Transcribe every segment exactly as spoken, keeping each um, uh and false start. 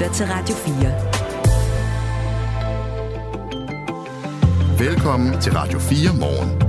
lytter til Radio fire. Velkommen til Radio fire Morgen.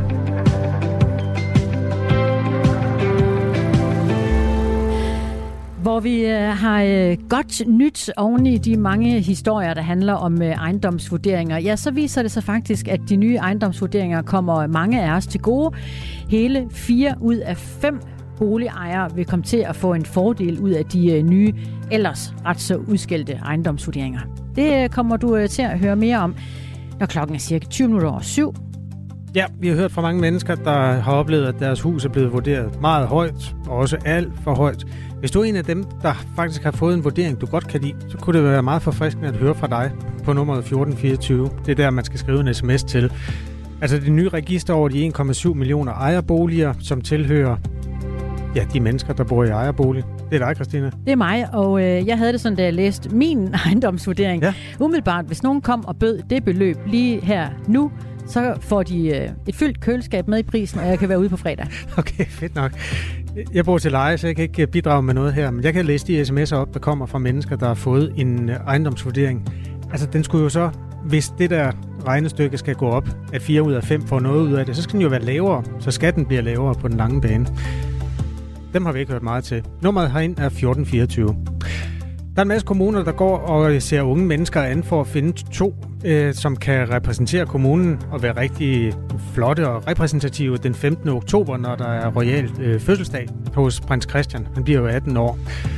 Hvor vi øh, har øh, godt nyt oven i de mange historier, der handler om øh, ejendomsvurderinger. Ja, så viser det sig faktisk, at de nye ejendomsvurderinger kommer mange af os til gode. Hele fire ud af fem boligejere vil komme til at få en fordel ud af de øh, nye, ellers ret så udskældte ejendomsvurderinger. Det øh, kommer du øh, til at høre mere om, når klokken er cirka tyve minutter over syv. Ja, vi har hørt fra mange mennesker, der har oplevet, at deres hus er blevet vurderet meget højt, og også alt for højt. Hvis du er en af dem, der faktisk har fået en vurdering, du godt kan lide, så kunne det være meget forfriskende at høre fra dig på nummeret fjorten fireogtyve. Det er der, man skal skrive en sms til. Altså det nye register over de en komma syv millioner ejerboliger, som tilhører ja, de mennesker, der bor i ejerbolig. Det er dig, Christina. Det er mig, og øh, jeg havde det sådan, da jeg læste min ejendomsvurdering. Ja. Umiddelbart, hvis nogen kom og bød det beløb lige her nu, så får de øh, et fyldt køleskab med i prisen, og jeg kan være ude på fredag. Okay, fedt nok. Jeg bor til leje, så jeg kan ikke bidrage med noget her, men jeg kan læse de sms'er op, der kommer fra mennesker, der har fået en ejendomsvurdering. Altså, den skulle jo så, hvis det der regnestykke skal gå op, at fire ud af fem får noget ud af det, så skal den jo være lavere, så skatten bliver lavere på den lange bane. Dem har vi ikke hørt meget til. Nummeret herind er fjorten fireogtyve. Der er en masse kommuner, der går og ser unge mennesker an for at finde to, øh, som kan repræsentere kommunen og være rigtig flotte og repræsentative den femtende oktober, når der er royalt øh, fødselsdag hos prins Christian. Han bliver jo atten år.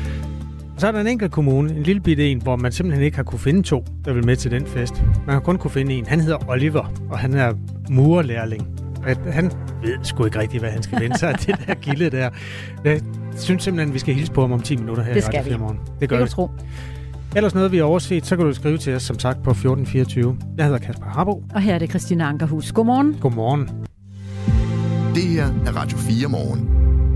Og så er der en enkelt kommune, en lille bitte en, hvor man simpelthen ikke har kunne finde to, der vil med til den fest. Man har kun kunne finde en. Han hedder Oliver, og han er murerlærling. Han ved sgu ikke rigtigt, hvad han skal vende sig af det der gilde der. Jeg synes simpelthen, vi skal hilse på ham om ti minutter her det i Radio fire Morgen. Det gør det vi. Tro. Ellers noget, vi har overset, så kan du skrive til os, som sagt, på fjorten fireogtyve. Jeg hedder Kasper Harbo. Og her er det Christina Ankerhus. Godmorgen. Godmorgen. Det her er Radio fire Morgen.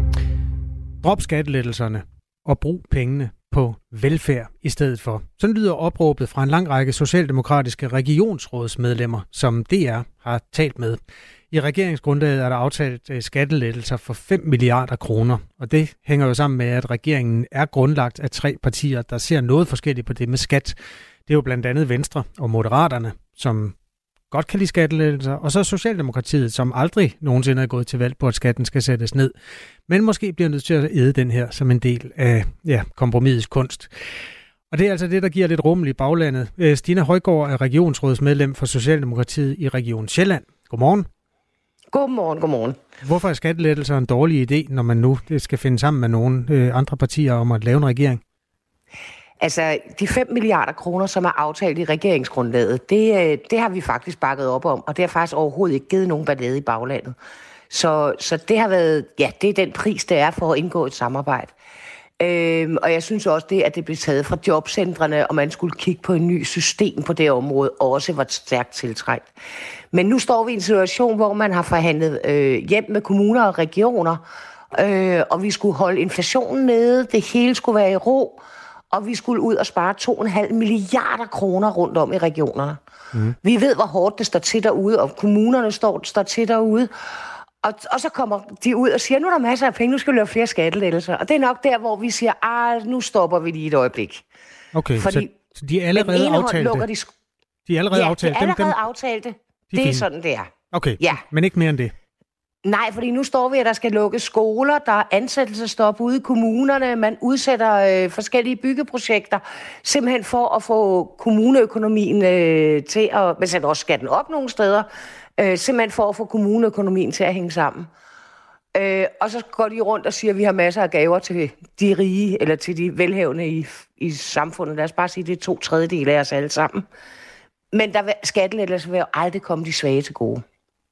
Drop skattelettelserne og brug pengene på velfærd i stedet for. Sådan lyder opråbet fra en lang række socialdemokratiske regionsrådsmedlemmer, som D R har talt med. I regeringsgrundlaget er der aftalt skattelettelser for fem milliarder kroner, og det hænger jo sammen med, at regeringen er grundlagt af tre partier, der ser noget forskelligt på det med skat. Det er jo blandt andet Venstre og Moderaterne, som godt kan lide skattelettelser, og så Socialdemokratiet, som aldrig nogensinde er gået til valg på, at skatten skal sættes ned, men måske bliver nødt til at æde den her som en del af ja, kompromisets kunst. Og det er altså det, der giver lidt rummel i baglandet. Stina Højgaard er regionsrådsmedlem for Socialdemokratiet i Region Sjælland. Godmorgen. Godmorgen, godmorgen. Hvorfor er skattelettelser en dårlig idé, når man nu skal finde sammen med nogle øh, andre partier om at lave en regering? Altså, de fem milliarder kroner, som er aftalt i regeringsgrundlaget, det, det har vi faktisk bakket op om, og det har faktisk overhovedet ikke givet nogen ballade i baglandet. Så, så det har været, ja, det er den pris, det er for at indgå et samarbejde. Øhm, og jeg synes også, det, at det blev taget fra jobcentrene, og man skulle kigge på en ny system på det område, også var stærkt tiltrængt. Men nu står vi i en situation, hvor man har forhandlet øh, hjem med kommuner og regioner, øh, og vi skulle holde inflationen nede, det hele skulle være i ro, og vi skulle ud og spare to komma fem milliarder kroner rundt om i regionerne. Mm. Vi ved, hvor hårdt det står til derude, og kommunerne står, står til derude. Og, og så kommer de ud og siger, nu er der masser af penge, nu skal vi lave flere skattelettelser. Og det er nok der, hvor vi siger, ah, nu stopper vi lige et øjeblik. Okay, Fordi, så, så de er allerede aftalte? De, de er allerede ja, aftalte? de er allerede dem, dem, aftalte. De det er fine. sådan, det er. Okay, ja. Men ikke mere end det? Nej, fordi nu står vi, at der skal lukkes skoler, der er ansættelsesstop ude i kommunerne, man udsætter øh, forskellige byggeprojekter, simpelthen for at få kommuneøkonomien øh, til at, man sætter også skatten op nogle steder, øh, simpelthen for at få kommuneøkonomien til at hænge sammen. Øh, og så går de rundt og siger, at vi har masser af gaver til de rige, eller til de velhavende i, i samfundet. Lad os bare sige, at det er to tredjedele af os alle sammen. Men der skattelettelser vil jo aldrig komme de svage til gode.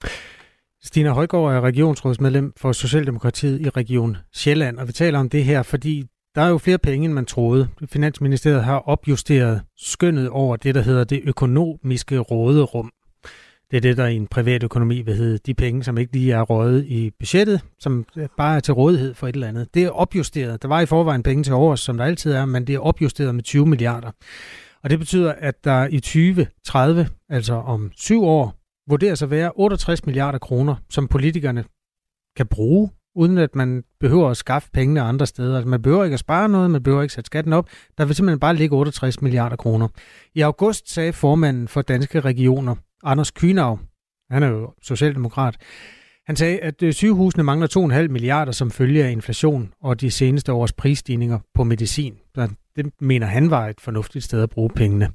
Stina Højgaard er regionsrådsmedlem for Socialdemokratiet i Region Sjælland, og vi taler om det her, fordi der er jo flere penge, end man troede. Finansministeriet har opjusteret skønnet over det, der hedder det økonomiske råderum. Det er det, der i en privat økonomi vil hedde de penge, som ikke lige er røget i budgettet, som bare er til rådighed for et eller andet. Det er opjusteret. Der var i forvejen penge til overs, som der altid er, men det er opjusteret med tyve milliarder. Og det betyder, at der i tyve tredive, altså om syv år, vurderes at være otteogtres milliarder kroner, som politikerne kan bruge uden at man behøver at skaffe pengene andre steder. Altså, man behøver ikke at spare noget, man behøver ikke at sætte skatten op. Der vil simpelthen bare ligge otteogtres milliarder kroner. I august sagde formanden for Danske Regioner, Anders Kühnau, han er jo socialdemokrat, han sagde, at sygehusene mangler to komma fem milliarder som følge af inflation og de seneste års prisstigninger på medicin. Det mener han var et fornuftigt sted at bruge pengene.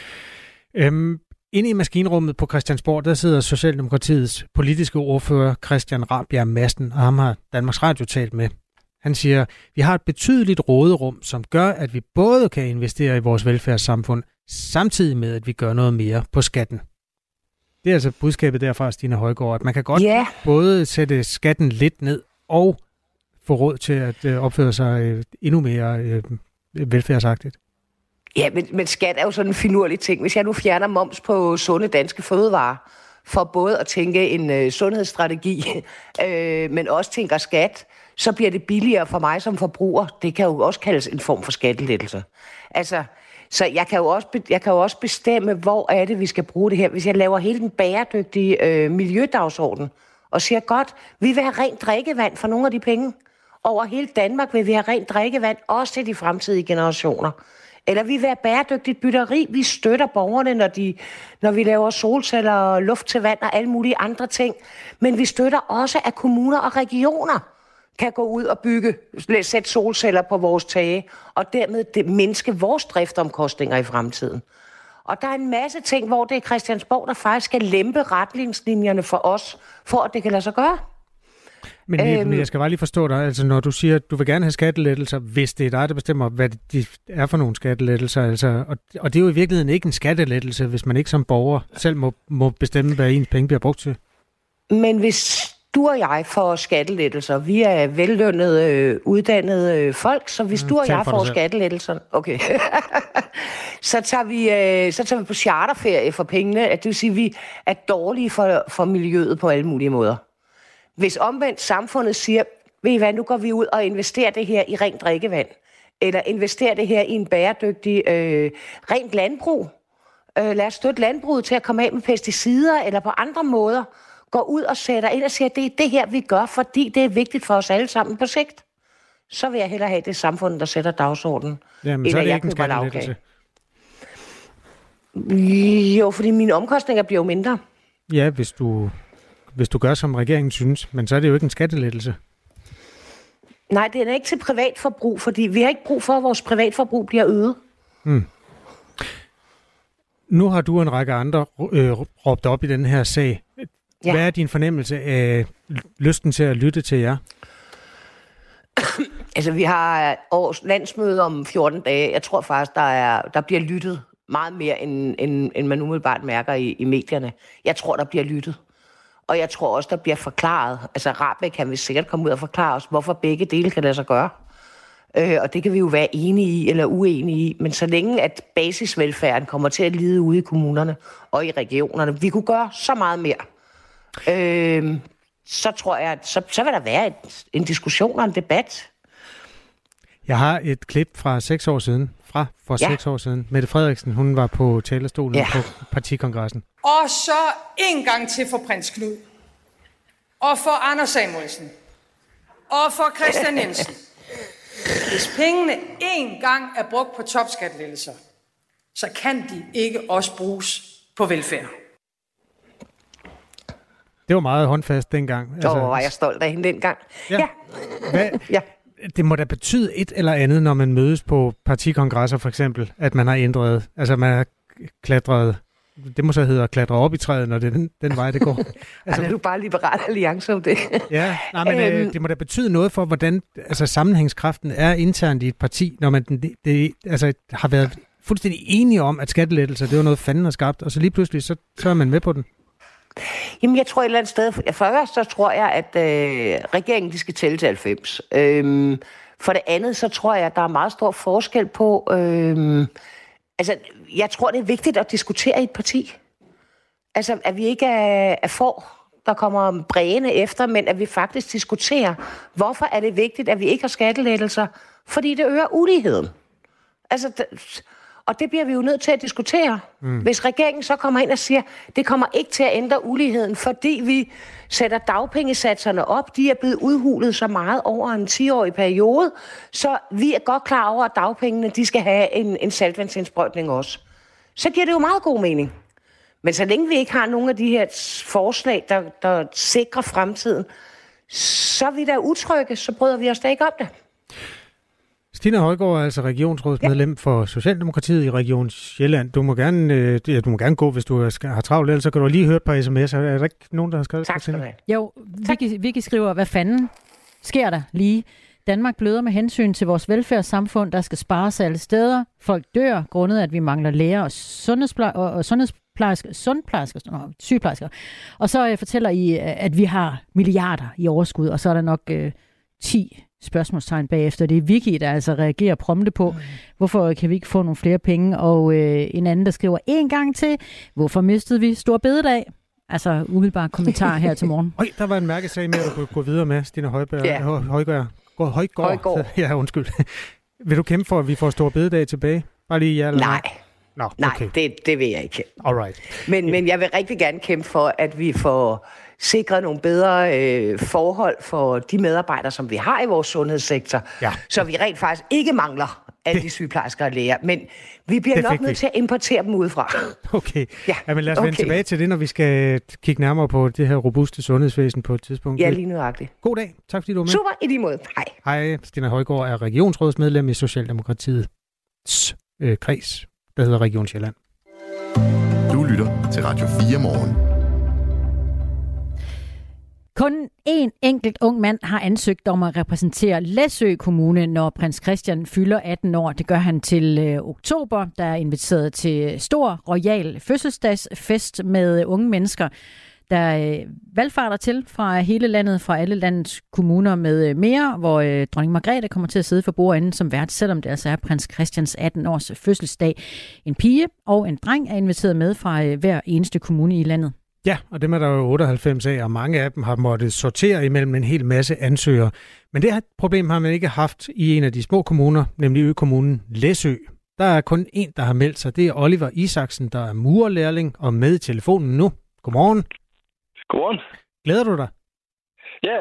Øhm, inde i maskinrummet på Christiansborg, der sidder Socialdemokratiets politiske ordfører Christian Rabjerg Madsen, og ham har Danmarks Radio talt med. Han siger, vi har et betydeligt råderum, som gør, at vi både kan investere i vores velfærdssamfund, samtidig med, at vi gør noget mere på skatten. Det er altså budskabet derfra, Stine Højgaard, at man kan godt yeah. både sætte skatten lidt ned og få råd til at øh, opføre sig øh, endnu mere øh, velfærdsagtigt. Ja, men, men skat er jo sådan en finurlig ting. Hvis jeg nu fjerner moms på sunde danske fødevarer, for både at tænke en øh, sundhedsstrategi, øh, men også tænker skat, så bliver det billigere for mig som forbruger. Det kan jo også kaldes en form for skattelettelse. Altså, så jeg kan jo også, jeg kan jo også bestemme, hvor er det, vi skal bruge det her. Hvis jeg laver hele den bæredygtige øh, miljødagsorden, og siger godt, vi vil have rent drikkevand for nogle af de penge. Over hele Danmark vil vi have rent drikkevand, også til de fremtidige generationer. Eller vi vil have bæredygtigt bytteri. Vi støtter borgerne, når, de, når vi laver solceller, luft til vand og alle mulige andre ting. Men vi støtter også, at kommuner og regioner kan gå ud og bygge, sætte solceller på vores tage, og dermed det mindske vores driftomkostninger i fremtiden. Og der er en masse ting, hvor det er Christiansborg, der faktisk skal lempe retningslinjerne for os, for at det kan lade sig gøre. Men, øhm, men jeg skal bare lige forstå dig, altså når du siger, at du vil gerne have skattelettelser, hvis det er dig, der bestemmer, hvad det er for nogle skattelettelser, altså, og, og det er jo i virkeligheden ikke en skattelettelse, hvis man ikke som borger selv må, må bestemme, hvad ens penge bliver brugt til. Men hvis du og jeg får skattelettelser, vi er vellønnede, øh, uddannede øh, folk, så hvis mm, du og jeg får skattelettelser, okay, så, tager vi, øh, så tager vi på charterferie for pengene, det vil sige, at vi er dårlige for, for miljøet på alle mulige måder. Hvis omvendt samfundet siger, ved I hvad, nu går vi ud og investerer det her i rent drikkevand, eller investerer det her i en bæredygtig øh, rent landbrug. Øh, lad os støtte landbruget til at komme af med pesticider, eller på andre måder gå ud og sætter ind og siger, det er det her, vi gør, fordi det er vigtigt for os alle sammen på sigt. Så vil jeg hellere have det samfund, der sætter dagsordenen. Jamen, så er det ikke en skattelettelse. Jo, fordi mine omkostninger bliver jo mindre. Ja, hvis du... Hvis du gør, som regeringen synes, men så er det jo ikke en skattelettelse. Nej, det er ikke til privatforbrug, fordi vi har ikke brug for, at vores privatforbrug bliver øget. Hmm. Nu har du en række andre øh, råbt op i den her sag. Ja. Hvad er din fornemmelse af lysten til at lytte til jer? Altså, vi har års landsmøde om fjorten dage. Jeg tror faktisk, der, er, der bliver lyttet meget mere, end, end, end man umiddelbart mærker i, i medierne. Jeg tror, der bliver lyttet. Og jeg tror også, der bliver forklaret. Altså, Rahbek kan vi sikkert komme ud og forklare os, hvorfor begge dele kan lade sig gøre. Øh, og det kan vi jo være enige i eller uenige i. Men så længe at basisvelfærden kommer til at lide ude i kommunerne og i regionerne, vi kunne gøre så meget mere, øh, så tror jeg, at så, så vil der være et, en diskussion og en debat. Jeg har et klip fra seks år siden. Fra for ja. seks år siden. Mette Frederiksen, hun var på talerstolen ja. på partikongressen. Og så en gang til for prins Knud. Og for Anders Samuelsen. Og for Christian Jensen. Hvis pengene en gang er brugt på topskattelettelser, så kan de ikke også bruges på velfærd. Det var meget håndfast dengang. Altså, Åh, var jeg stolt af hende dengang. Ja. ja. Hvad? ja. Det må da betyde et eller andet, når man mødes på partikongresser for eksempel, at man har ændret, altså man har klatret, det må så hedde at klatre op i træet, når det er den, den vej, det går. Altså, er du bare Liberal Alliance om det? Ja, nej, men øh, det må da betyde noget for, hvordan altså, sammenhængskraften er internt i et parti, når man det, det, altså, har været fuldstændig enige om, at skattelettelser, det var noget fanden har skabt, og så lige pludselig, så, så er man med på den. Jamen, jeg tror et eller andet sted, for først så tror jeg, at øh, regeringen de skal tælle til halvfems. Øhm, for det andet, så tror jeg, at der er meget stor forskel på, øhm, altså, jeg tror, det er vigtigt at diskutere i et parti. Altså, at vi ikke er, er få, der kommer bræne efter, men at vi faktisk diskuterer, hvorfor er det vigtigt, at vi ikke har skattelettelser? Fordi det øger uligheden. Altså, Og det bliver vi jo nødt til at diskutere. Mm. Hvis regeringen så kommer ind og siger, det kommer ikke til at ændre uligheden, fordi vi sætter dagpengesatserne op. De er blevet udhulet så meget over en ti-årig periode, så vi er godt klar over, at dagpengene de skal have en, en saltvandsindsprøjtning også. Så giver det jo meget god mening. Men så længe vi ikke har nogen af de her forslag, der, der sikrer fremtiden, så er vi da utrygge, så bryder vi os da ikke om det. Stina Højgaard er altså regionsrådsmedlem ja. for Socialdemokratiet i Region Sjælland. Du må gerne, øh, ja, du må gerne gå, hvis du har travlt, ellers så kan du lige høre et par sms'er. Er der ikke nogen, der har skrevet? Tak skal du have. Jo, Vicky, Vicky skriver, hvad fanden sker der lige? Danmark bløder med hensyn til vores velfærdssamfund, der skal spares alle steder. Folk dør, grundet at vi mangler læger og, sundhedsplejer, og, og sundhedsplejersker, sundhedsplejersker, no, sygeplejersker. Og så øh, fortæller I, at vi har milliarder i overskud, og så er der nok øh, ti spørgsmålstegn bagefter. Det er Vicky, der altså reagerer prompte på, mm. hvorfor kan vi ikke få nogle flere penge? Og øh, en anden, der skriver en gang til, hvorfor mistede vi stor bededag? Altså umiddelbart kommentar her til morgen. Øj, der var en mærkesag med, at du kunne gå videre med, Stina Højgaard. Ja. Højgaard. Højgaard. Højgaard. Ja, undskyld. Vil du kæmpe for, at vi får stor bededag tilbage? Bare lige ja eller nej. Nej, no, okay. nej det, det vil jeg ikke. Alright. Men, men jeg vil rigtig gerne kæmpe for, at vi får sikret nogle bedre øh, forhold for de medarbejdere, som vi har i vores sundhedssektor, ja. så vi rent faktisk ikke mangler alle de sygeplejersker og læger. Men vi bliver nok nødt til at importere dem udefra. Okay. Ja. Jamen, lad os okay. vende tilbage til det, når vi skal kigge nærmere på det her robuste sundhedsvæsen på et tidspunkt. Ja, lige nøjagtigt. God dag. Tak fordi du var med. Super, i lige måde. Hej. Hej. Stina Højgaard er regionsrådsmedlem i Socialdemokratiets øh, kreds, der hedder Region Sjælland. Du lytter til Radio fire Morgen. Kun én enkelt ung mand har ansøgt om at repræsentere Læsø Kommune, når prins Christian fylder atten år. Det gør han til øh, oktober, der er inviteret til stor royal fødselsdagsfest med unge mennesker, der øh, valgfarter til fra hele landet, fra alle landets kommuner med øh, mere, hvor øh, dronning Margrethe kommer til at sidde for bordenden som vært, selvom det altså er prins Christians atten års fødselsdag. En pige og en dreng er inviteret med fra øh, hver eneste kommune i landet. Ja, og dem er der jo otteoghalvfems af, og mange af dem har måttet sortere imellem en hel masse ansøgere. Men det her problem har man ikke haft i en af de små kommuner, nemlig økommunen Læsø. Der er kun en, der har meldt sig. Det er Oliver Isaksen, der er murerlærling og med i telefonen nu. Godmorgen. Godmorgen. Glæder du dig? Ja,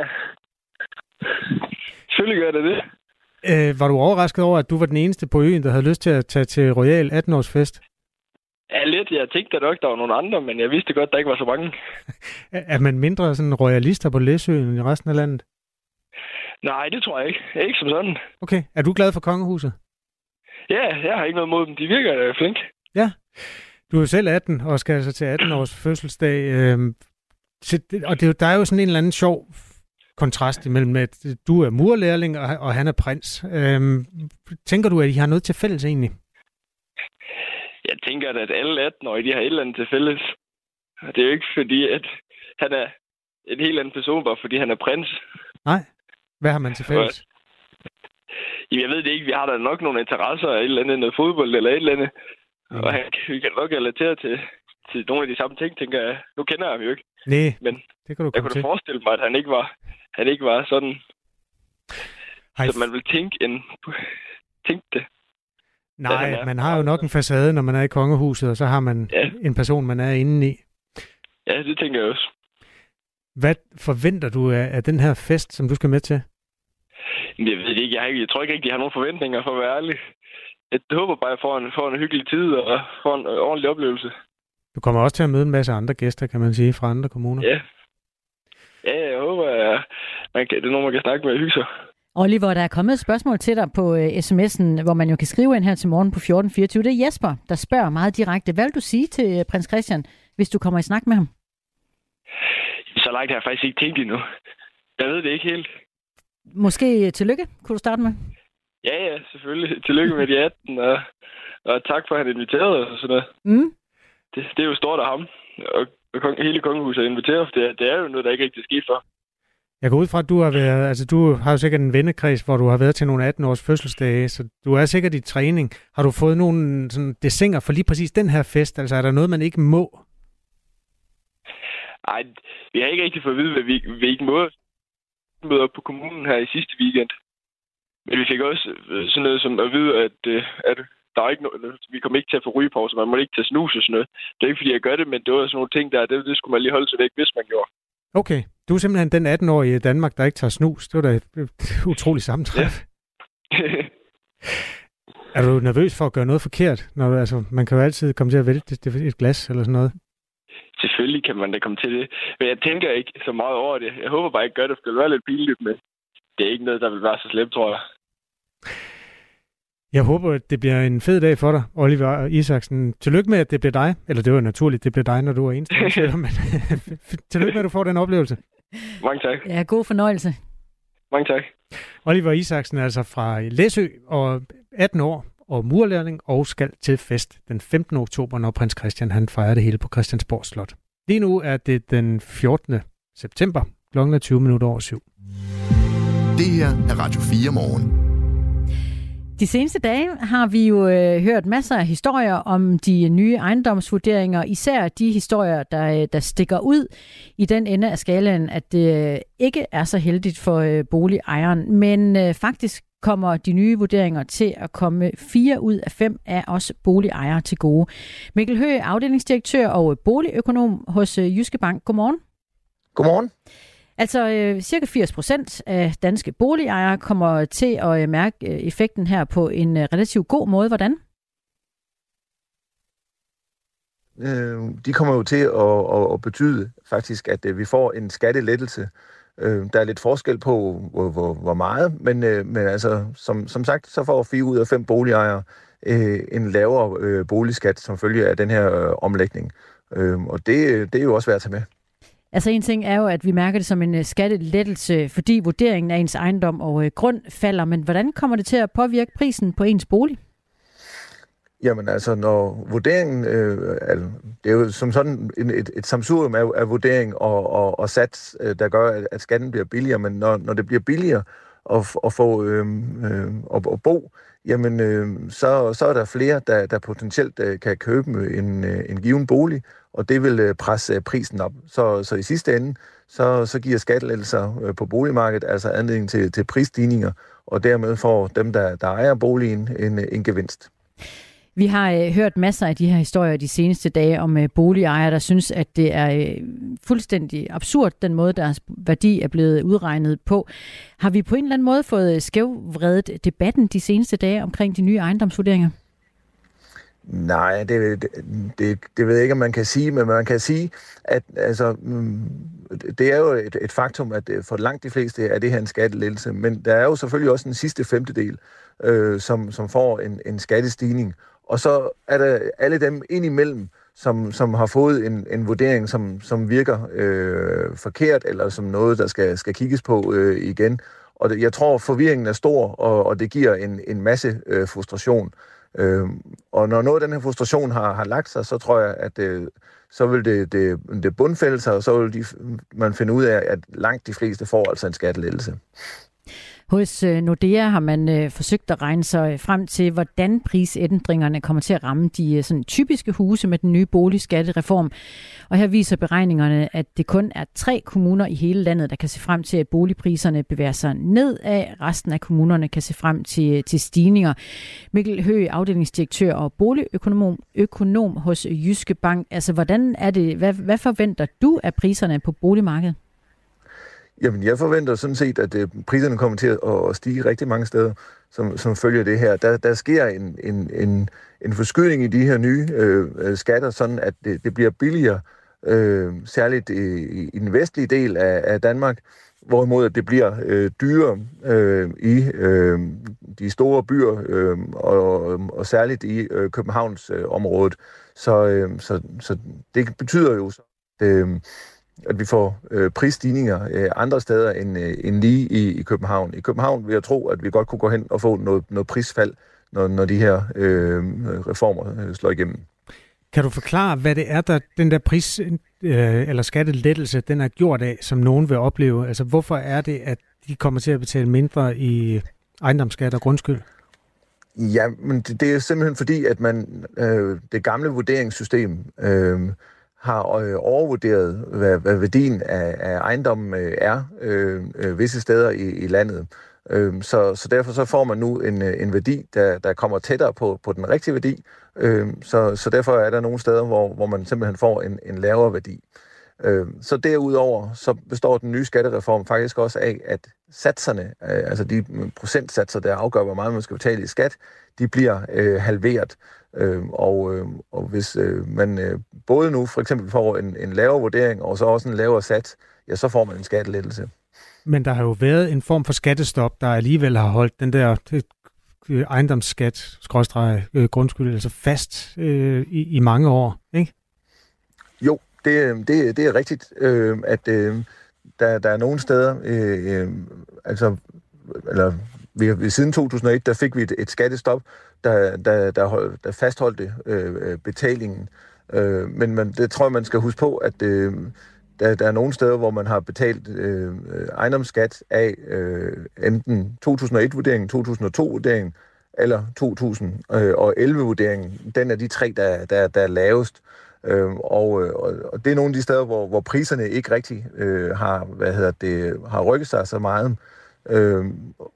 selvfølgelig gør det det. Øh, var du overrasket over, at du var den eneste på øen, der havde lyst til at tage til royal atten-års fest? Ja, lidt. Jeg tænkte da nok, der var nogle andre, men jeg vidste godt, der ikke var så mange. Er man mindre sådan royalister på Læsø end i resten af landet? Nej, det tror jeg ikke. Ikke som sådan. Okay. Er du glad for kongehuset? Ja, jeg har ikke noget mod dem. De virker uh, flink. Ja. Du er jo selv atten og skal altså til atten-års fødselsdag. Øh, og det, der er jo sådan en eller anden sjov kontrast imellem, at du er murerlærling, og, og han er prins. Øh, tænker du, at I har noget til fælles egentlig? Jeg tænker, at alle atten-årige, de har et eller andet til fælles. Det er jo ikke fordi, at han er en helt anden person, bare fordi han er prins. Nej. Hvad har man til fælles? Jamen, jeg ved det ikke. Vi har da nok nogle interesser af et eller andet, noget fodbold eller et eller andet. Mm. Og han, vi kan nok relatere til, til nogle af de samme ting, tænker jeg. Nu kender jeg ham jo ikke. Nej, men det kan du jeg kunne da forestille mig, at han ikke var, han ikke var sådan, Hej. Så man vil tænke, en, tænke det. Nej, man har jo nok en facade, når man er i kongehuset, og så har man ja. en person, man er inde i. Ja, det tænker jeg også. Hvad forventer du af, af den her fest, som du skal med til? Jeg ved det ikke. Jeg, jeg tror ikke rigtig, jeg har nogen forventninger, for at være ærlig. Jeg håber bare, at jeg får en, får en hyggelig tid og får en ordentlig oplevelse. Du kommer også til at møde en masse andre gæster, kan man sige, fra andre kommuner. Ja. Ja, jeg håber, at man kan, det er nogen, man kan snakke med og hygge sig. Oliver, der er kommet et spørgsmål til dig på uh, sms'en, hvor man jo kan skrive ind her til morgen på fjorten fireogtyve. Det er Jesper, der spørger meget direkte. Hvad vil du sige til uh, prins Christian, hvis du kommer i snak med ham? Så langt har jeg faktisk ikke tænkt endnu. Jeg ved det ikke helt. Måske tillykke, kunne du starte med? Ja, ja, selvfølgelig. Tillykke med de atten, og, og tak for, at han inviterede os og sådan noget. Mm. Det, det er jo stort af ham, og, og hele kongehuset inviterer, for det, det er jo noget, der ikke rigtig sker for. Jeg går ud fra, at du har været, altså du har jo sikkert en vennekreds, hvor du har været til nogle atten-års fødselsdage, så du er sikkert i træning. Har du fået nogle sådan dessinger for lige præcis den her fest? Altså er der noget, man ikke må? Nej, vi har ikke rigtig fået at vide, hvad vi, vi ikke må møde op på kommunen her i sidste weekend. Men vi fik også sådan noget som at vide, at, at der er ikke noget, vi kommer ikke til at få rygepause, man må ikke tage snus og sådan noget. Det er ikke, fordi jeg gør det, men det var sådan nogle ting, der, det, det skulle man lige holde sig væk, hvis man gjorde. Okay, du er simpelthen den atten-årige i Danmark, der ikke tager snus. Det var da et, et utroligt sammentræf. Ja. Er du nervøs for at gøre noget forkert? Når du, altså, man kan jo altid komme til at vælte et glas eller sådan noget. Selvfølgelig kan man da komme til det. Men jeg tænker ikke så meget over det. Jeg håber bare ikke gør det, for det vil være lidt pinligt, men det er ikke noget, der vil være så slemt, tror jeg. Jeg håber, at det bliver en fed dag for dig, Oliver Isaksen. Tillykke med, at det bliver dig. Eller det var naturligt, det bliver dig, når du er eneste. Men tillykke med, at du får den oplevelse. Mange tak. Ja, god fornøjelse. Mange tak. Oliver Isaksen er altså fra Læsø og atten år og murlærling og skal til fest den femtende oktober, når prins Christian han fejrer det hele på Christiansborg Slot. Lige nu er det den fjortende september, klokken er tyve minutter over syv. Det her er Radio fire morgen. De seneste dage har vi jo øh, hørt masser af historier om de nye ejendomsvurderinger, især de historier, der, der stikker ud i den ende af skalaen, at det øh, ikke er så heldigt for øh, boligejeren, men øh, faktisk kommer de nye vurderinger til at komme fire ud af fem af os boligejere til gode. Mikkel Høgh, afdelingsdirektør og boligøkonom hos øh, Jyske Bank. Godmorgen. Godmorgen. Altså øh, cirka firs procent af danske boligejere kommer til at øh, mærke øh, effekten her på en øh, relativt god måde. Hvordan? Øh, de kommer jo til at, at, at betyde faktisk, at øh, vi får en skattelettelse. Øh, der er lidt forskel på, hvor, hvor, hvor meget, men, øh, men altså, som, som sagt, så får fire ud af fem boligejere øh, en lavere øh, boligskat som følge af den her øh, omlægning. Øh, og det, det er jo også værd at tage med. Altså en ting er jo, at vi mærker det som en skattelettelse, fordi vurderingen af ens ejendom og øh, grund falder. Men hvordan kommer det til at påvirke prisen på ens bolig? Jamen altså, når vurderingen, øh, altså, det er jo som sådan et, et, et samsurium af, af vurdering og, og, og sats, øh, der gør, at, at skatten bliver billigere. Men når, når det bliver billigere at, at få øh, øh, at, at bo, jamen øh, så, så er der flere, der, der potentielt øh, kan købe en, øh, en given bolig, og det vil øh, presse øh, prisen op. Så, så i sidste ende, så, så giver skattelettelser øh, på boligmarkedet altså anledning til, til prisstigninger, og dermed får dem, der, der ejer boligen, en, en gevinst. Vi har øh, hørt masser af de her historier de seneste dage om øh, boligejere, der synes, at det er øh, fuldstændig absurd, den måde, deres værdi er blevet udregnet på. Har vi på en eller anden måde fået skævvredet debatten de seneste dage omkring de nye ejendomsvurderinger? Nej, det, det, det ved jeg ikke, om man kan sige, men man kan sige, at altså, det er jo et, et faktum, at for langt de fleste er det her en skattelettelse, men der er jo selvfølgelig også en sidste femtedel, øh, som, som får en, en skattestigning. Og så er der alle dem indimellem, som, som har fået en, en vurdering, som, som virker øh, forkert, eller som noget, der skal, skal kigges på øh, igen. Og det, jeg tror, forvirringen er stor, og, og det giver en, en masse øh, frustration. Øh, og når noget af den her frustration har, har lagt sig, så tror jeg, at øh, så vil det, det, det bundfælde sig, og så vil de, man finde ud af, at langt de fleste får altså en skattelettelse. Hos Nordea har man øh, forsøgt at regne sig frem til, hvordan prisændringerne kommer til at ramme de øh, sådan, typiske huse med den nye boligskattereform. Og her viser beregningerne, at det kun er tre kommuner i hele landet, der kan se frem til, at boligpriserne bevæger sig nedad. Resten af kommunerne kan se frem til, til stigninger. Mikkel Høgh, afdelingsdirektør og boligøkonom økonom hos Jyske Bank. Altså, hvordan er det, hvad, hvad forventer du af priserne på boligmarkedet? Jamen, jeg forventer sådan set, at øh, priserne kommer til at stige rigtig mange steder, som, som følger det her. Der, der sker en, en, en, en forskydning i de her nye øh, skatter, sådan at det, det bliver billigere, øh, særligt i, i den vestlige del af, af Danmark, hvorimod det bliver øh, dyrere øh, i øh, de store byer, øh, og, og særligt i øh, Københavns øh, området. Så, øh, så, så det betyder jo så, at øh, at vi får øh, prisstigninger øh, andre steder end, øh, end lige i, i København. I København vil jeg tro, at vi godt kunne gå hen og få noget, noget prisfald, når, når de her øh, reformer øh, slår igennem. Kan du forklare, hvad det er, der den der pris- øh, eller skattelettelse, den er gjort af, som nogen vil opleve? Altså, hvorfor er det, at de kommer til at betale mindre i ejendomsskat og grundskyld? Ja, men det, det er simpelthen fordi, at man øh, det gamle vurderingssystem øh, har øh, overvurderet, hvad, hvad værdien af, af ejendommen øh, er øh, øh, visse steder i, i landet. Øh, så, så derfor så får man nu en, en værdi, der, der kommer tættere på, på den rigtige værdi. Øh, så, så derfor er der nogle steder, hvor, hvor man simpelthen får en, en lavere værdi. Øh, så derudover så består den nye skattereform faktisk også af, at satserne, øh, altså de procentsatser, der afgør, hvor meget man skal betale i skat, de bliver øh, halveret. Øh, og, øh, og hvis øh, man øh, både nu for eksempel får en, en lavere vurdering, og så også en lavere sats, ja, så får man en skattelettelse. Men der har jo været en form for skattestop, der alligevel har holdt den der øh, ejendomsskat, skråstreg, øh, grundskyld, altså fast øh, i, i mange år, ikke? Jo, det, det, det er rigtigt, øh, at øh, der, der er nogle steder, øh, øh, altså, eller vi, siden to tusind og et, der fik vi et, et skattestop, der, der, der, hold, der fastholdte øh, betalingen. Øh, men man, det tror jeg, man skal huske på, at øh, der, der er nogle steder, hvor man har betalt øh, ejendomsskat af øh, enten to tusind og et-vurderingen, to tusind og to-vurderingen eller to tusind og elleve-vurderingen. Den er de tre, der, der, der er lavest. Øh, og, og, og det er nogle af de steder, hvor, hvor priserne ikke rigtig øh, har, hvad hedder det, har rykket sig så meget. Øh,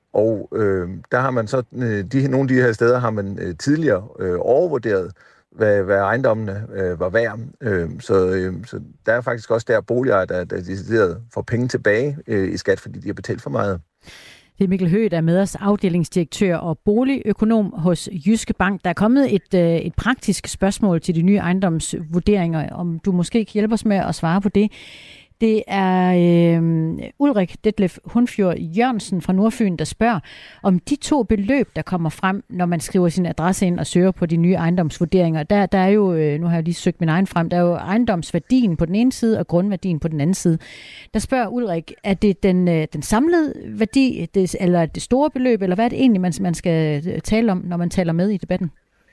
og øh, der har man så, de, nogle af de her steder har man øh, tidligere øh, overvurderet, hvad, hvad ejendommene øh, var værd. Øh, så, øh, så der er faktisk også der boligejere, der, der decideret får penge tilbage øh, i skat, fordi de har betalt for meget. Det er Mikkel Høgh, der er med os, afdelingsdirektør og boligøkonom hos Jyske Bank. Der er kommet et, et praktisk spørgsmål til de nye ejendomsvurderinger, om du måske kan hjælpe os med at svare på det. Det er øh, Ulrik Detlef Hundfjord Jørgensen fra Nordfyn, der spørger, om de to beløb, der kommer frem, når man skriver sin adresse ind og søger på de nye ejendomsvurderinger. Der, der er jo, øh, nu har jeg lige søgt min egen frem, der er jo ejendomsværdien på den ene side og grundværdien på den anden side. Der spørger Ulrik, er det den, øh, den samlede værdi, det, eller det store beløb, eller hvad er det egentlig, man, man skal tale om, når man taler med i debatten?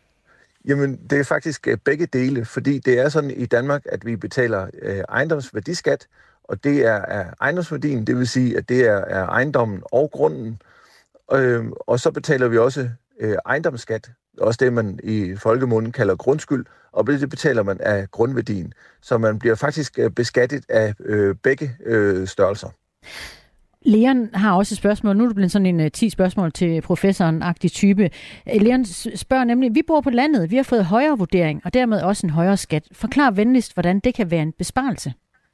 Jamen, det er faktisk begge dele, fordi det er sådan i Danmark, at vi betaler øh, ejendomsværdiskat, og det er, er ejendomsværdien, det vil sige, at det er, er ejendommen og grunden. Øh, og så betaler vi også øh, ejendomsskat, også det, man i folkemunden kalder grundskyld, og det betaler man af grundværdien. Så man bliver faktisk beskattet af øh, begge øh, størrelser. Leon har også et spørgsmål. Nu er det blevet sådan en uh, ti spørgsmål til professoren-agtig type. Leon spørger nemlig, vi bor på landet, vi har fået højere vurdering, og dermed også en højere skat. Forklar venligst, hvordan det kan være en besparelse.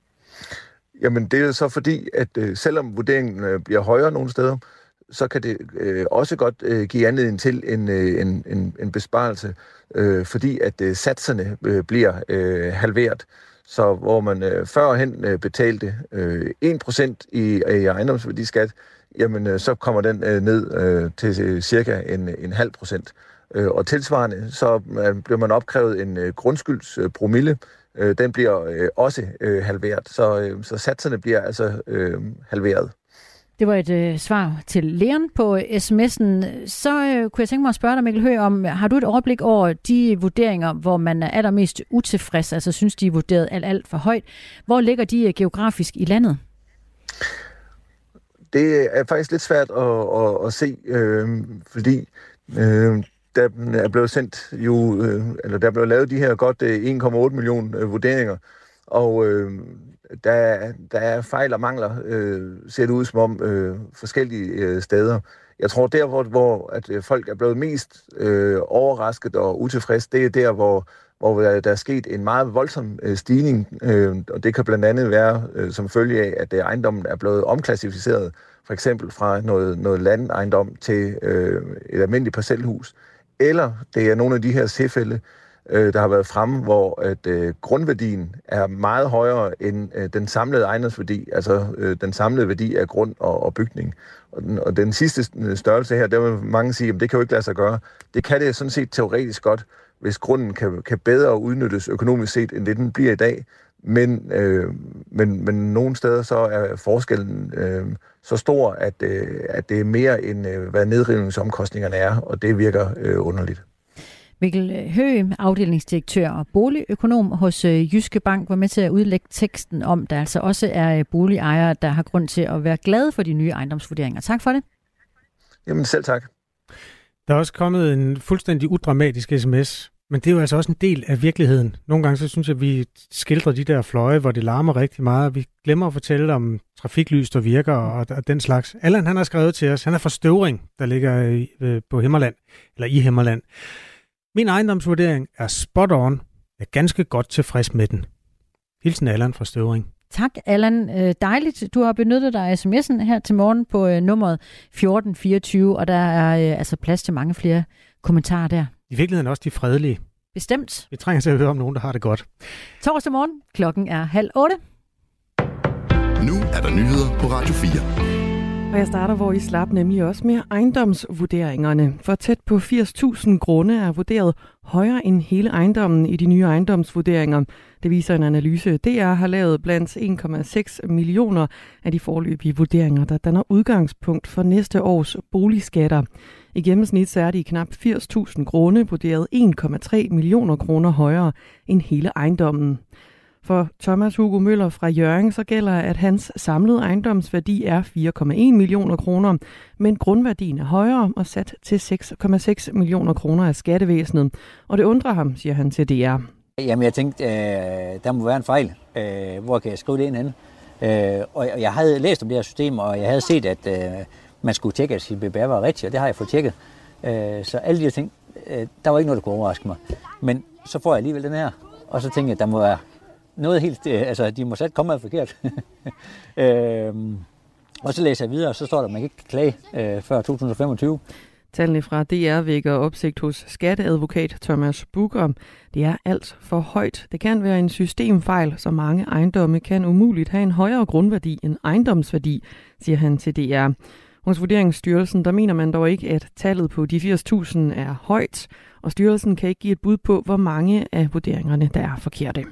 Jamen, det er så fordi, at øh, selvom vurderingen øh, bliver højere nogle steder, så kan det øh, også godt øh, give anledning til en, øh, en, en, en besparelse, øh, fordi at øh, satserne øh, bliver øh, halveret. Så hvor man øh, førhen øh, betalte øh, en procent i, i ejendomsværdiskat, jamen øh, så kommer den øh, ned øh, til øh, cirka en, en halv procent. Øh, og tilsvarende, så øh, bliver man opkrævet en øh, grundskyldspromille. Øh, den bliver øh, også øh, halveret, så, øh, så satserne bliver altså øh, halveret. Det var et øh, svar til Leon på sms'en. Så øh, kunne jeg tænke mig at spørge dig, Mikkel Høgh, om har du et overblik over de vurderinger, hvor man er allermest utilfreds, altså synes, de er vurderet alt, alt for højt. Hvor ligger de øh, geografisk i landet? Det er faktisk lidt svært at, at, at se, øh, fordi øh, der er blevet sendt jo, øh, eller der er blevet lavet de her godt øh, en komma otte millioner øh, vurderinger, og øh, Der, der er fejl og mangler, øh, ser det ud som om, øh, forskellige øh, steder. Jeg tror, der hvor, hvor at folk er blevet mest øh, overrasket og utilfreds, det er der, hvor, hvor der er sket en meget voldsom øh, stigning. Øh, og det kan blandt andet være øh, som følge af, at ejendommen er blevet omklassificeret, for eksempel fra noget, noget landejendom til øh, et almindeligt parcelhus. Eller det er nogle af de her tilfælde, der har været fremme, hvor at, øh, grundværdien er meget højere end øh, den samlede ejendomsværdi, altså øh, den samlede værdi af grund og, og bygning. Og den, og den sidste størrelse her, der vil mange sige, at det kan jo ikke lade sig gøre. Det kan det sådan set teoretisk godt, hvis grunden kan, kan bedre udnyttes økonomisk set, end det den bliver i dag. Men, øh, men, men nogle steder så er forskellen øh, så stor, at, øh, at det er mere end øh, hvad nedrivningsomkostningerne er, og det virker øh, underligt. Mikkel Høgh, afdelingsdirektør og boligøkonom hos Jyske Bank, var med til at udlægge teksten om, der altså også er boligejere, der har grund til at være glade for de nye ejendomsvurderinger. Tak for det. Jamen selv tak. Der er også kommet en fuldstændig udramatisk sms Men det er jo altså også en del af virkeligheden. Nogle gange så synes jeg, at vi skildrer de der fløje, hvor det larmer rigtig meget. Vi glemmer at fortælle om trafiklys, der virker og, og den slags. Allan, han har skrevet til os. Han er fra Støvring, der ligger i, øh, på Himmerland, eller i Himmerland. Min ejendomsvurdering er spot on. Jeg er ganske godt tilfreds med den. Hilsen Allan fra Støvring. Tak, Allan. Dejligt, du har benyttet dig af sms'en her til morgen på øh, nummeret fjorten fireogtyve, og der er øh, altså plads til mange flere kommentarer der. I virkeligheden også de fredelige. Bestemt. Vi trænger til at høre om nogen, der har det godt. Torsdag morgen, klokken er halv otte. Nu er der nyheder på Radio fire. Og jeg starter, hvor I slap, nemlig også med ejendomsvurderingerne. For tæt på firs tusind grunde er vurderet højere end hele ejendommen i de nye ejendomsvurderinger. Det viser en analyse, D R har lavet blandt en komma seks millioner af de foreløbige vurderinger, der danner udgangspunkt for næste års boligskatter. I gennemsnit så er de knap firs tusind grunde vurderet en komma tre millioner kroner højere end hele ejendommen. For Thomas Hugo Møller fra Hjørring så gælder, at hans samlede ejendomsværdi er fire komma en millioner kroner, men grundværdien er højere og sat til seks komma seks millioner kroner af skattevæsenet. Og det undrer ham, siger han til D R. Jamen jeg tænkte, øh, der må være en fejl. Øh, hvor kan jeg skrive det ind henne? Øh, og jeg havde læst om det her system, og jeg havde set, at øh, man skulle tjekke, at sin B B R var rigtig, og det har jeg fået tjekket. Øh, så alle de her ting, øh, der var ikke noget, der kunne overraske mig. Men så får jeg alligevel den her, og så tænkte jeg, at der må være noget helt, øh, altså de må slet komme af forkert. øh, og så læser jeg videre, og så står der, at man ikke kan klage øh, før to tusind femogtyve. Tallene fra D R vækker opsigt hos skatteadvokat Thomas Bugger. Det er alt for højt. Det kan være en systemfejl, så mange ejendomme kan umuligt have en højere grundværdi end ejendomsværdi, siger han til D R. Hos Vurderingsstyrelsen der mener man dog ikke, at tallet på de firs tusind er højt, og styrelsen kan ikke give et bud på, hvor mange af vurderingerne, der er forkerte.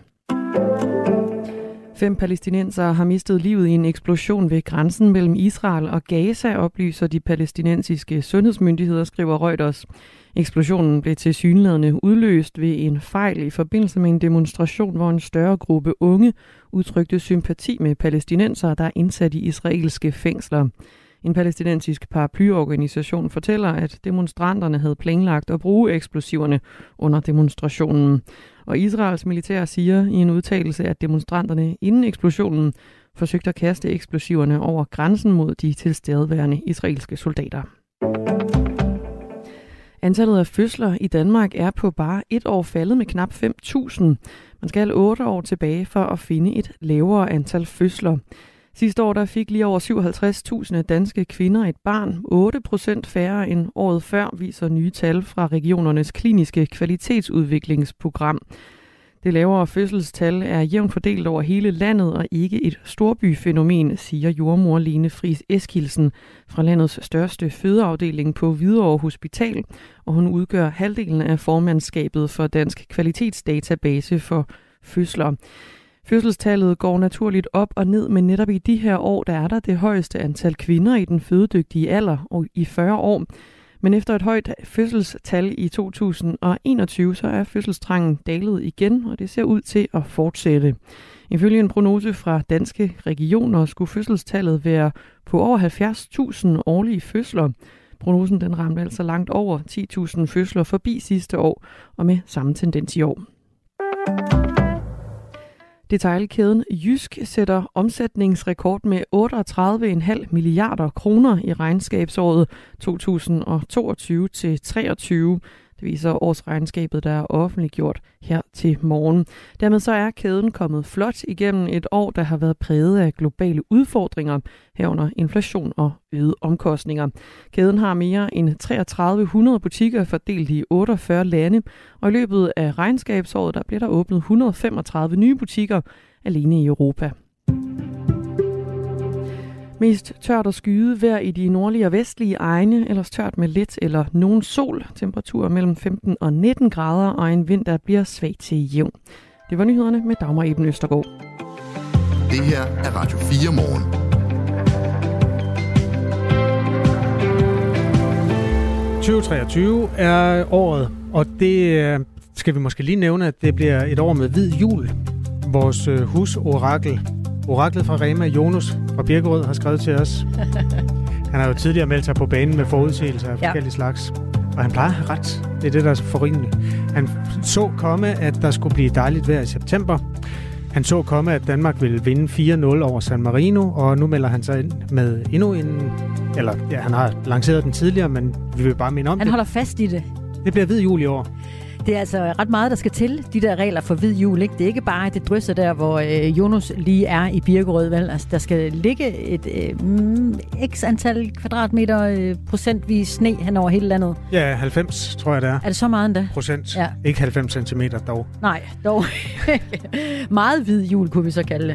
Fem palæstinensere har mistet livet i en eksplosion ved grænsen mellem Israel og Gaza, oplyser de palæstinensiske sundhedsmyndigheder, skriver Reuters. Eksplosionen blev tilsyneladende udløst ved en fejl i forbindelse med en demonstration, hvor en større gruppe unge udtrykte sympati med palæstinensere, der er indsat i israelske fængsler. En palæstinensisk paraplyorganisation fortæller, at demonstranterne havde planlagt at bruge eksplosiverne under demonstrationen. Og Israels militær siger i en udtalelse, at demonstranterne inden eksplosionen forsøgte at kaste eksplosiverne over grænsen mod de tilstedeværende israelske soldater. Antallet af fødsler i Danmark er på bare et år faldet med knap fem tusind. Man skal otte år tilbage for at finde et lavere antal fødsler. Sidste år der fik lige over syvoghalvtreds tusind danske kvinder et barn, otte procent færre end året før, viser nye tal fra regionernes kliniske kvalitetsudviklingsprogram. Det lavere fødselstal er jævnt fordelt over hele landet og ikke et storbyfænomen, siger jordmor Lene Friis Eskildsen fra landets største fødeafdeling på Hvidovre Hospital, og hun udgør halvdelen af formandskabet for Dansk Kvalitetsdatabase for fødsler. Fødselstallet går naturligt op og ned, men netop i de her år, der er der det højeste antal kvinder i den fødedygtige alder og i fyrre år. Men efter et højt fødselstal i to tusind enogtyve, så er fødselstrangen dalet igen, og det ser ud til at fortsætte. Ifølge en prognose fra Danske Regioner skulle fødselstallet være på over halvfjerds tusind årlige fødsler. Prognosen den ramte altså langt over ti tusind fødsler forbi sidste år, og med samme tendens i år. Detailkæden Jysk sætter omsætningsrekord med otteogtredive komma fem milliarder kroner i regnskabsåret to tusind toogtyve til treogtyve. Det viser årsregnskabet, der er offentliggjort her til morgen. Dermed så er kæden kommet flot igennem et år, der har været præget af globale udfordringer, herunder inflation og øgede omkostninger. Kæden har mere end treogtredive hundrede butikker fordelt i otteogfyrre lande, og i løbet af regnskabsåret der bliver der åbnet et hundrede og femogtredive nye butikker alene i Europa. Mest tørt og skyet vejr i de nordlige og vestlige egne, ellers tørt med lidt eller nogen sol. Temperaturer mellem femten og nitten grader og en vind, der bliver svag til jævn. Det var nyhederne med Dagmar Eben Østergaard. Det her er Radio fire morgen. tyve treogtyve er året, og det skal vi måske lige nævne, at det bliver et år med hvid jul. Vores husorakel, oraklet fra Rema, Jonas fra Birkerød, har skrevet til os. Han har jo tidligere meldt sig på banen med forudsigelser af ja. forskellige slags. Og han plejer at have ret. Det er det, der er så forrygende. Han så komme, at der skulle blive dejligt vejr i september. Han så komme, at Danmark ville vinde fire nul over San Marino, og nu melder han sig ind med endnu en... Eller, ja, han har lanceret den tidligere, men vi vil bare minde om Han det. holder fast i det. Det bliver hvid jul i år. Det er altså ret meget, der skal til, de der regler for hvid jul. Ikke? Det er ikke bare det drysser der, hvor øh, Jonas lige er i Birkerød. Vel? Altså, der skal ligge et øh, mm, x antal kvadratmeter øh, procentvis sne hen over hele landet. Ja, halvfems tror jeg det er. Er det så meget endda? Procent. Ja. Ikke halvfems centimeter dog. Nej, dog. Meget hvid jul, kunne vi så kalde det.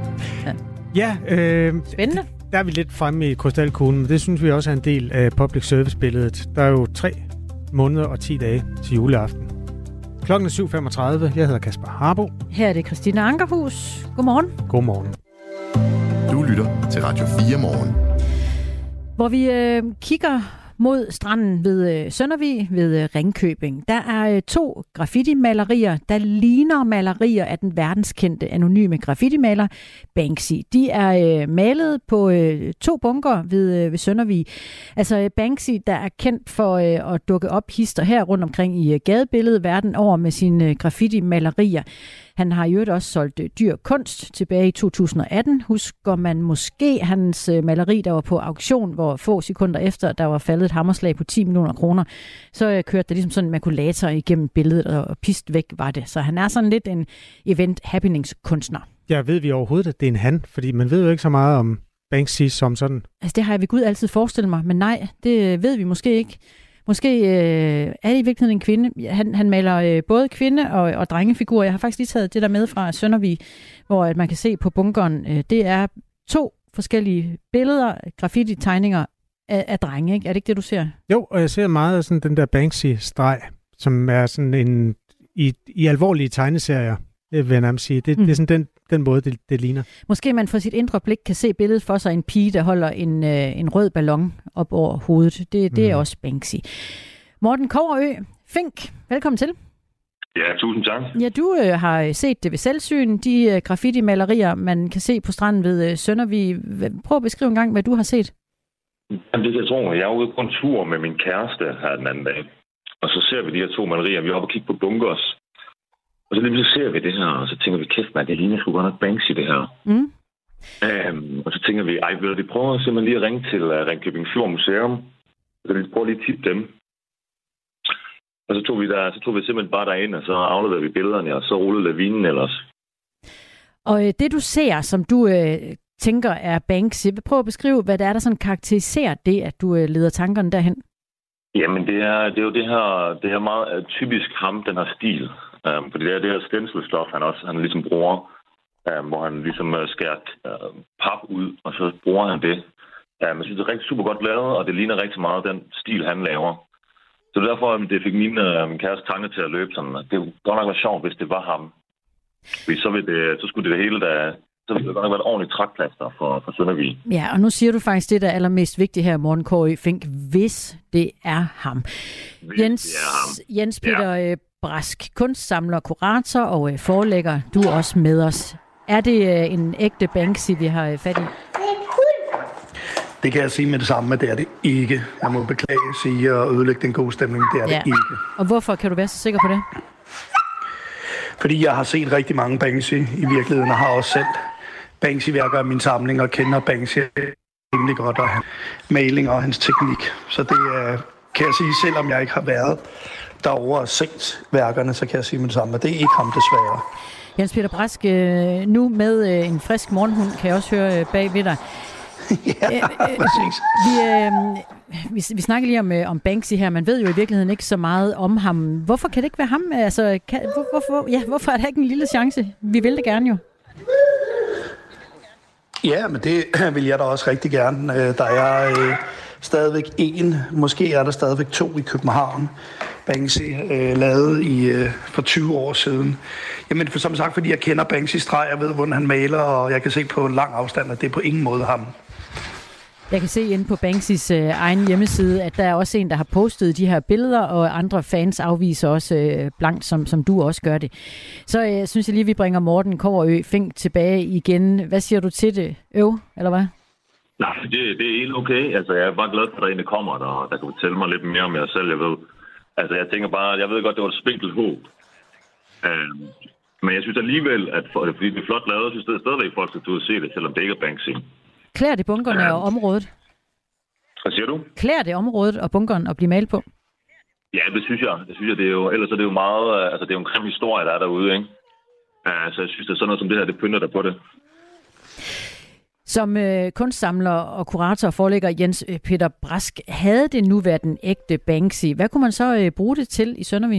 Ja, øh, Spændende. Der er vi lidt fremme i krystalkuglen, men det synes vi også er en del af public service-billedet. Der er jo tre måneder og ti dage til juleaften. Klokken er syv femogtredive. Jeg hedder Kasper Harbo. Her er det Christina Ankerhus. Godmorgen. Godmorgen. Du lytter til Radio fire Morgen. Hvor vi øh, kigger mod stranden ved øh, Søndervig, ved øh, Ringkøbing. Der er øh, to graffiti-malerier, der ligner malerier af den verdenskendte anonyme graffiti-maler Banksy. De er øh, malet på øh, to bunker ved, øh, ved Søndervig. Altså øh, Banksy, der er kendt for øh, at dukke op hister her rundt omkring i øh, gadebilledet verden over med sine øh, graffiti-malerier. Han har jo også solgt øh, dyr kunst tilbage i to tusind og atten. Husker man måske hans øh, maleri, der var på auktion, hvor få sekunder efter, der var faldet et hammerslag på ti millioner kroner, så øh, kørte der ligesom sådan en makulator igennem billedet, og pist væk var det. Så han er sådan lidt en event-happeningskunstner. Ja, ved vi overhovedet, at det er en han? Fordi man ved jo ikke så meget om Banksy som sådan. Altså det har jeg ved Gud altid forestillet mig, men nej, det ved vi måske ikke. Måske øh, er det i virkeligheden en kvinde. Han, han maler øh, både kvinde- og, og drengefigurer. Jeg har faktisk lige taget det der med fra Søndervig, hvor at man kan se på bunkeren. Øh, det er to forskellige billeder, graffiti-tegninger af, af drenge, ikke? Er det ikke det, du ser? Jo, og jeg ser meget sådan den der Banksy-streg, som er sådan en... I, i alvorlige tegneserier, vil jeg nærmest sige. Det, mm. det er sådan den, den måde, det, det ligner. Måske man for sit indre blik kan se billedet for sig en pige, der holder en, øh, en rød ballon op over hovedet. Det, det mm. er også Banksy. Morten Kouwerø, Fink, velkommen til. Ja, tusind tak. Ja, du øh, har set det ved selvsyn, de øh, graffiti-malerier, man kan se på stranden ved øh, Søndervig. Prøv at beskrive en gang, hvad du har set. Jamen, det kan jeg tro. Jeg er ude på en tur med min kæreste her den anden dag. Og så ser vi de her to malerier. Vi er oppe og kigge på bunkers. Og så lige så ser vi det her, og så tænker vi, kæft mand, det ligner sgu godt nok Banksy, det her. Mm. Um, og så tænker vi, ej, vil de prøve simpelthen lige at ringe til uh, Ringkøbing Fjord Museum. Så vi prøver lige at tippe dem. Og så tog vi der, så tog vi simpelthen bare derind, og så afleverede vi billederne, og så rullede lavinen ellers. Og øh, det du ser, som du øh, tænker er Banksy, prøv at beskrive, hvad det er, der sådan karakteriserer det, at du øh, leder tankerne derhen. Jamen, det er, det er jo det her, det her meget uh, typisk ham, den her stil. Um, fordi det er det her stencilstof, han også han ligesom bruger, um, hvor han ligesom uh, skærer uh, pap ud, og så bruger han det. Um, jeg synes, det er rigtig super godt lavet, og det ligner rigtig meget den stil, han laver. Så det er derfor, at det fik mine, uh, min kæreste tanke til at løbe sådan. Det kunne godt nok være sjovt, hvis det var ham. Fordi så, ville det, så skulle det det hele, der, så ville det godt nok være et ordentligt trækplaster for, for Søndervig. Ja, og nu siger du faktisk det, der er allermest vigtigt her, Morten Kouwerø, Fink, hvis det er ham. Hvis Jens, det er ham. Jens Peter ja. Brask, kunstsamler, kurator og øh, forlægger. Du er også med os. Er det øh, en ægte Banksy, vi har øh, fat i? Det kan jeg sige med det samme, at det er det ikke. Jeg må beklage at sige og ødelægge den gode stemning. Det er ja. det ikke. Og hvorfor kan du være så sikker på det? Fordi jeg har set rigtig mange Banksy i virkeligheden, og har også selv Banksy-værker i min samling, og kender Banksy rimelig godt, og maling og hans teknik. Så det er, kan jeg sige, selvom jeg ikke har været derovre og set værkerne, så kan jeg sige med det samme, at det er ikke ham desværre. Jens Peter Brask, nu med en frisk morgenhund, kan jeg også høre bag ved dig. Ja, præcis. Vi, øh, vi, vi snakker lige om, om Banksy her. Man ved jo i virkeligheden ikke så meget om ham. Hvorfor kan det ikke være ham? Altså, kan, hvor, hvorfor, ja, hvorfor er der ikke en lille chance? Vi vil det gerne jo. Ja, men det vil jeg da også rigtig gerne. Der er øh, stadigvæk en, måske er der stadigvæk to i København. Banksy øh, lavet i, øh, for tyve år siden. Jamen, for, som sagt, fordi jeg kender Banksys streg, jeg ved, hvordan han maler, og jeg kan se på en lang afstand, at det er på ingen måde ham. Jeg kan se inde på Banksys øh, egen hjemmeside, at der er også en, der har postet de her billeder, og andre fans afviser også øh, blankt, som, som du også gør det. Så øh, synes jeg lige, vi bringer Morten Kouwerø Fink tilbage igen. Hvad siger du til det? Øv, eller hvad? Nej, det, det er helt okay. Altså, jeg er bare glad for, at der egentlig kommer, der, der kan fortælle mig lidt mere om jer selv. Jeg ved, Altså, jeg tænker bare, jeg ved godt, det var et spinkelt håb. Øh, men jeg synes alligevel, at for, fordi det er flot lavet, så synes jeg stadigvæk, folk skal ud og se det, selvom det ikke er Banksy. Klæder det bunkerne ja. og området? Hvad siger du? Klæder det området og bunkeren at blive malet på? Ja, det synes jeg. Det synes jeg, det er jo, ellers er det jo meget, altså det er jo en grim historie, der er derude, ikke? Uh, så jeg synes, det er sådan noget som det her, det pynter der på det. Som øh, kunstsamler og kurator og forlægger Jens Peter Brask, havde det nu været en ægte Banksy, hvad kunne man så øh, bruge det til i Søndervig?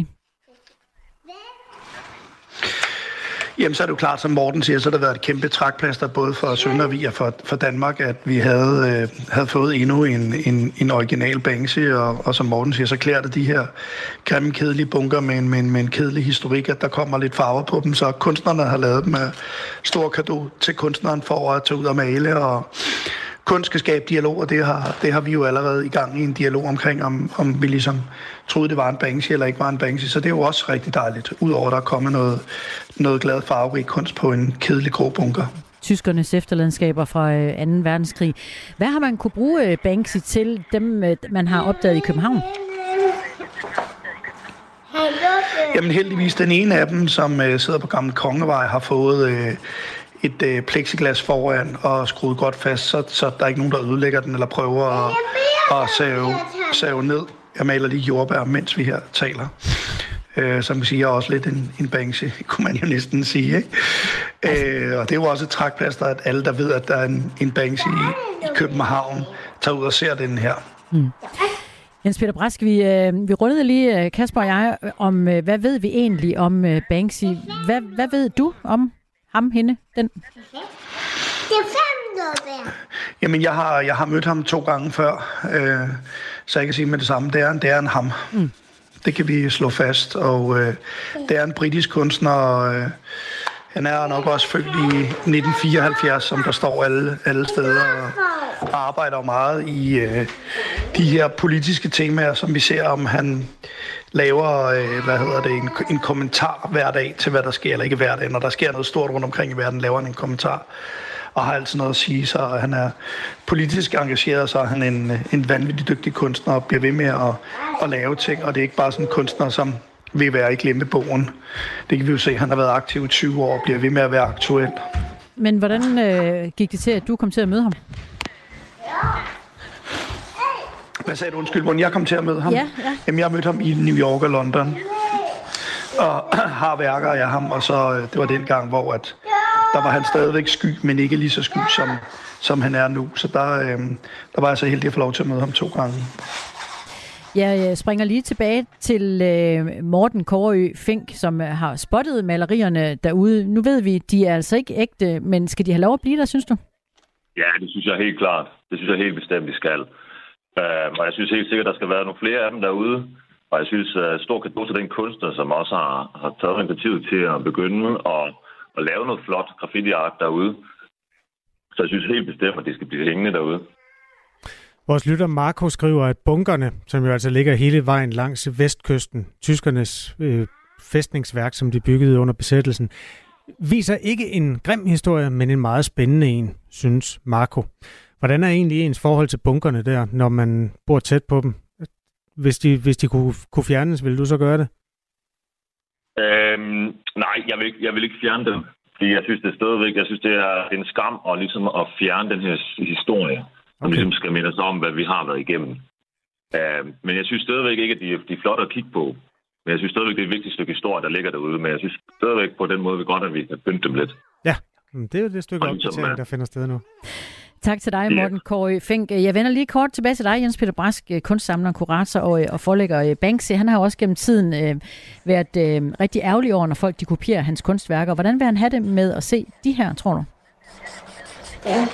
Jamen, så er det jo klart, som Morten siger, så har der været et kæmpe trækplaster både for Søndervig og for, for Danmark, at vi havde, øh, havde fået endnu en, en, en original Banksy, og, og som Morten siger, så klæder det de her grimme, kedelige bunker med en, med, en, med en kedelig historik, at der kommer lidt farver på dem, så kunstnerne har lavet dem med stor cadeau til kunstneren for at tage ud og male, og kunst skal skabe dialog, og det har, det har vi jo allerede i gang i en dialog omkring, om, om vi ligesom troede, det var en Banksy eller ikke var en Banksy. Så det er jo også rigtig dejligt, udover at der er kommet noget, noget glad farverig kunst på en kedelig grå bunker. Tyskernes efterladenskaber fra anden verdenskrig. Hvad har man kunne bruge Banksy til, dem man har opdaget i København? Jamen heldigvis den ene af dem, som uh, sidder på Gamle Kongevej, har fået uh, et uh, plexiglas foran og skruet godt fast, så, så der er ikke nogen, der ødelægger den eller prøver at, at save, save ned. Jeg maler lige jordbær, mens vi her taler. Uh, som siger, er også lidt en, en Banksy, kunne man jo næsten sige. Ikke? Uh, og det er jo også et trækplaster, at alle, der ved, at der er en, en Banksy i, i København, tager ud og ser den her. Mm. Jens Peter Brask, vi, øh, vi rundede lige, Kasper og jeg, om øh, hvad ved vi egentlig om øh, Banksy? Hvad, hvad ved du om ham, hende, den? Det er fem Jamen, jeg har, jeg har mødt ham to gange før, øh, så jeg kan sige med det samme, det er en, det er en ham. Mm. Det kan vi slå fast, og øh, det er en britisk kunstner, og øh, han er nok også født i nitten fireoghalvfjerds, som der står alle, alle steder, og arbejder meget i øh, de her politiske temaer, som vi ser, om han laver øh, hvad hedder det, en, en kommentar hver dag til, hvad der sker, eller ikke hver dag. Når der sker noget stort rundt omkring i verden, laver han en kommentar, og har altid noget at sige, så han er politisk engageret, så er han en, en vanvittig dygtig kunstner, og bliver ved med at, at lave ting, og det er ikke bare sådan en kunstner, som vil være i glemmebogen. Det kan vi jo se, han har været aktiv i tyve år, og bliver ved med at være aktuel. Men hvordan øh, gik det til, at du kom til at møde ham? Hvad sagde du? Undskyld, hvordan jeg kom til at møde ham? Ja, ja. Jamen, jeg mødte ham i New York og London, og har værker af ham, og så det var den gang, hvor at, der var han stadigvæk sky, men ikke lige så sky, som, som han er nu. Så der, øh, der var jeg så heldig at få lov til at møde ham to gange. Jeg springer lige tilbage til øh, Morten Kårø Fink, som har spottet malerierne derude. Nu ved vi, de er altså ikke ægte, men skal de have lov at blive der, synes du? Ja, det synes jeg helt klart. Det synes jeg helt bestemt, de skal. Uh, og jeg synes helt sikkert, der skal være nogle flere af dem derude. Og jeg synes, uh, stor cadeau til den kunstner, som også har, har taget initiativet til at begynde at, at lave noget flot graffiti-art derude. Så jeg synes helt bestemt, at de skal blive hængende derude. Vores lytter Marco skriver, at bunkerne, som jo altså ligger hele vejen langs vestkysten, tyskernes øh, fæstningsværk, som de byggede under besættelsen, viser ikke en grim historie, men en meget spændende en, synes Marco. Hvordan er egentlig ens forhold til bunkerne der, når man bor tæt på dem? Hvis de, hvis de kunne, kunne fjernes, ville du så gøre det? Øhm, nej, jeg vil, ikke, jeg vil ikke fjerne dem. Fordi jeg synes, det er stadigvæk, jeg synes, det er en skam at, ligesom at fjerne den her historie. Som okay. ligesom skal minde os om, hvad vi har været igennem. Uh, men jeg synes stadigvæk ikke, at de, de er flotte at kigge på. Men jeg synes stadigvæk, det er et vigtigt stykke historie, der ligger derude. Men jeg synes stadigvæk på den måde, vi godt, at vi kan pynte dem lidt. Ja, det er jo det stykke opdatering, der finder sted nu. Tak til dig, Morten Kårø Fink. Jeg vender lige kort tilbage til dig, Jens Peter Brask, kunstsamler, kurator og, og forlægger Banksy. Han har også gennem tiden øh, været øh, rigtig ærgerlig over, når folk de kopierer hans kunstværker. Hvordan vil han have det med at se de her, tror du? Ja.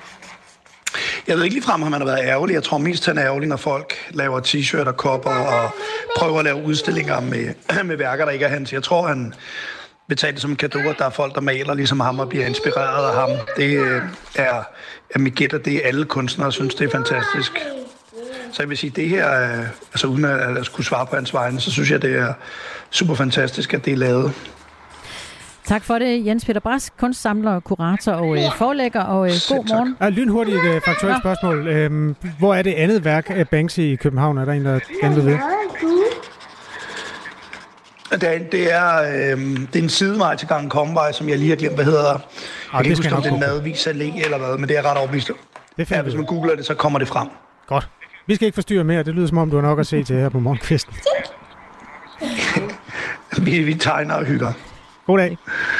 Jeg ved ikke ligefrem, om han har været ærgerlig. Jeg tror mest, han er ærgerlig, når folk laver t-shirt og kopper og prøver at lave udstillinger med, med værker, der ikke er hans. Jeg tror, han betaler det som en cadeau, at der er folk, der maler ligesom ham og bliver inspireret af ham. Det er, er mit gæt, og det er alle kunstnere, synes, det er fantastisk. Så jeg vil sige, det her, altså uden at jeg skulle svare på hans vegne, så synes jeg, det er super fantastisk, at det er lavet. Tak for det, Jens Peter Brask, kunstsamler, kurator og øh, forlægger, og øh, god morgen. Ja, lynhurtigt et uh, faktuelt ja. spørgsmål. Øhm, hvor er det andet værk af Banksy i København? Er der en, der gerne vil ved? Det er, det er, øh, det er en sidevej til Gangen Kongevej, som jeg lige har glemt, hvad hedder. Jeg kan ikke huske, om det er Madvis Allé eller hvad, men det er ret overbevist. Ja, hvis man googler det, så kommer det frem. Godt. Vi skal ikke forstyrre mere. Det lyder som om, du har nok at se til her på morgenkvisten. vi, vi tegner og hygger. God dag.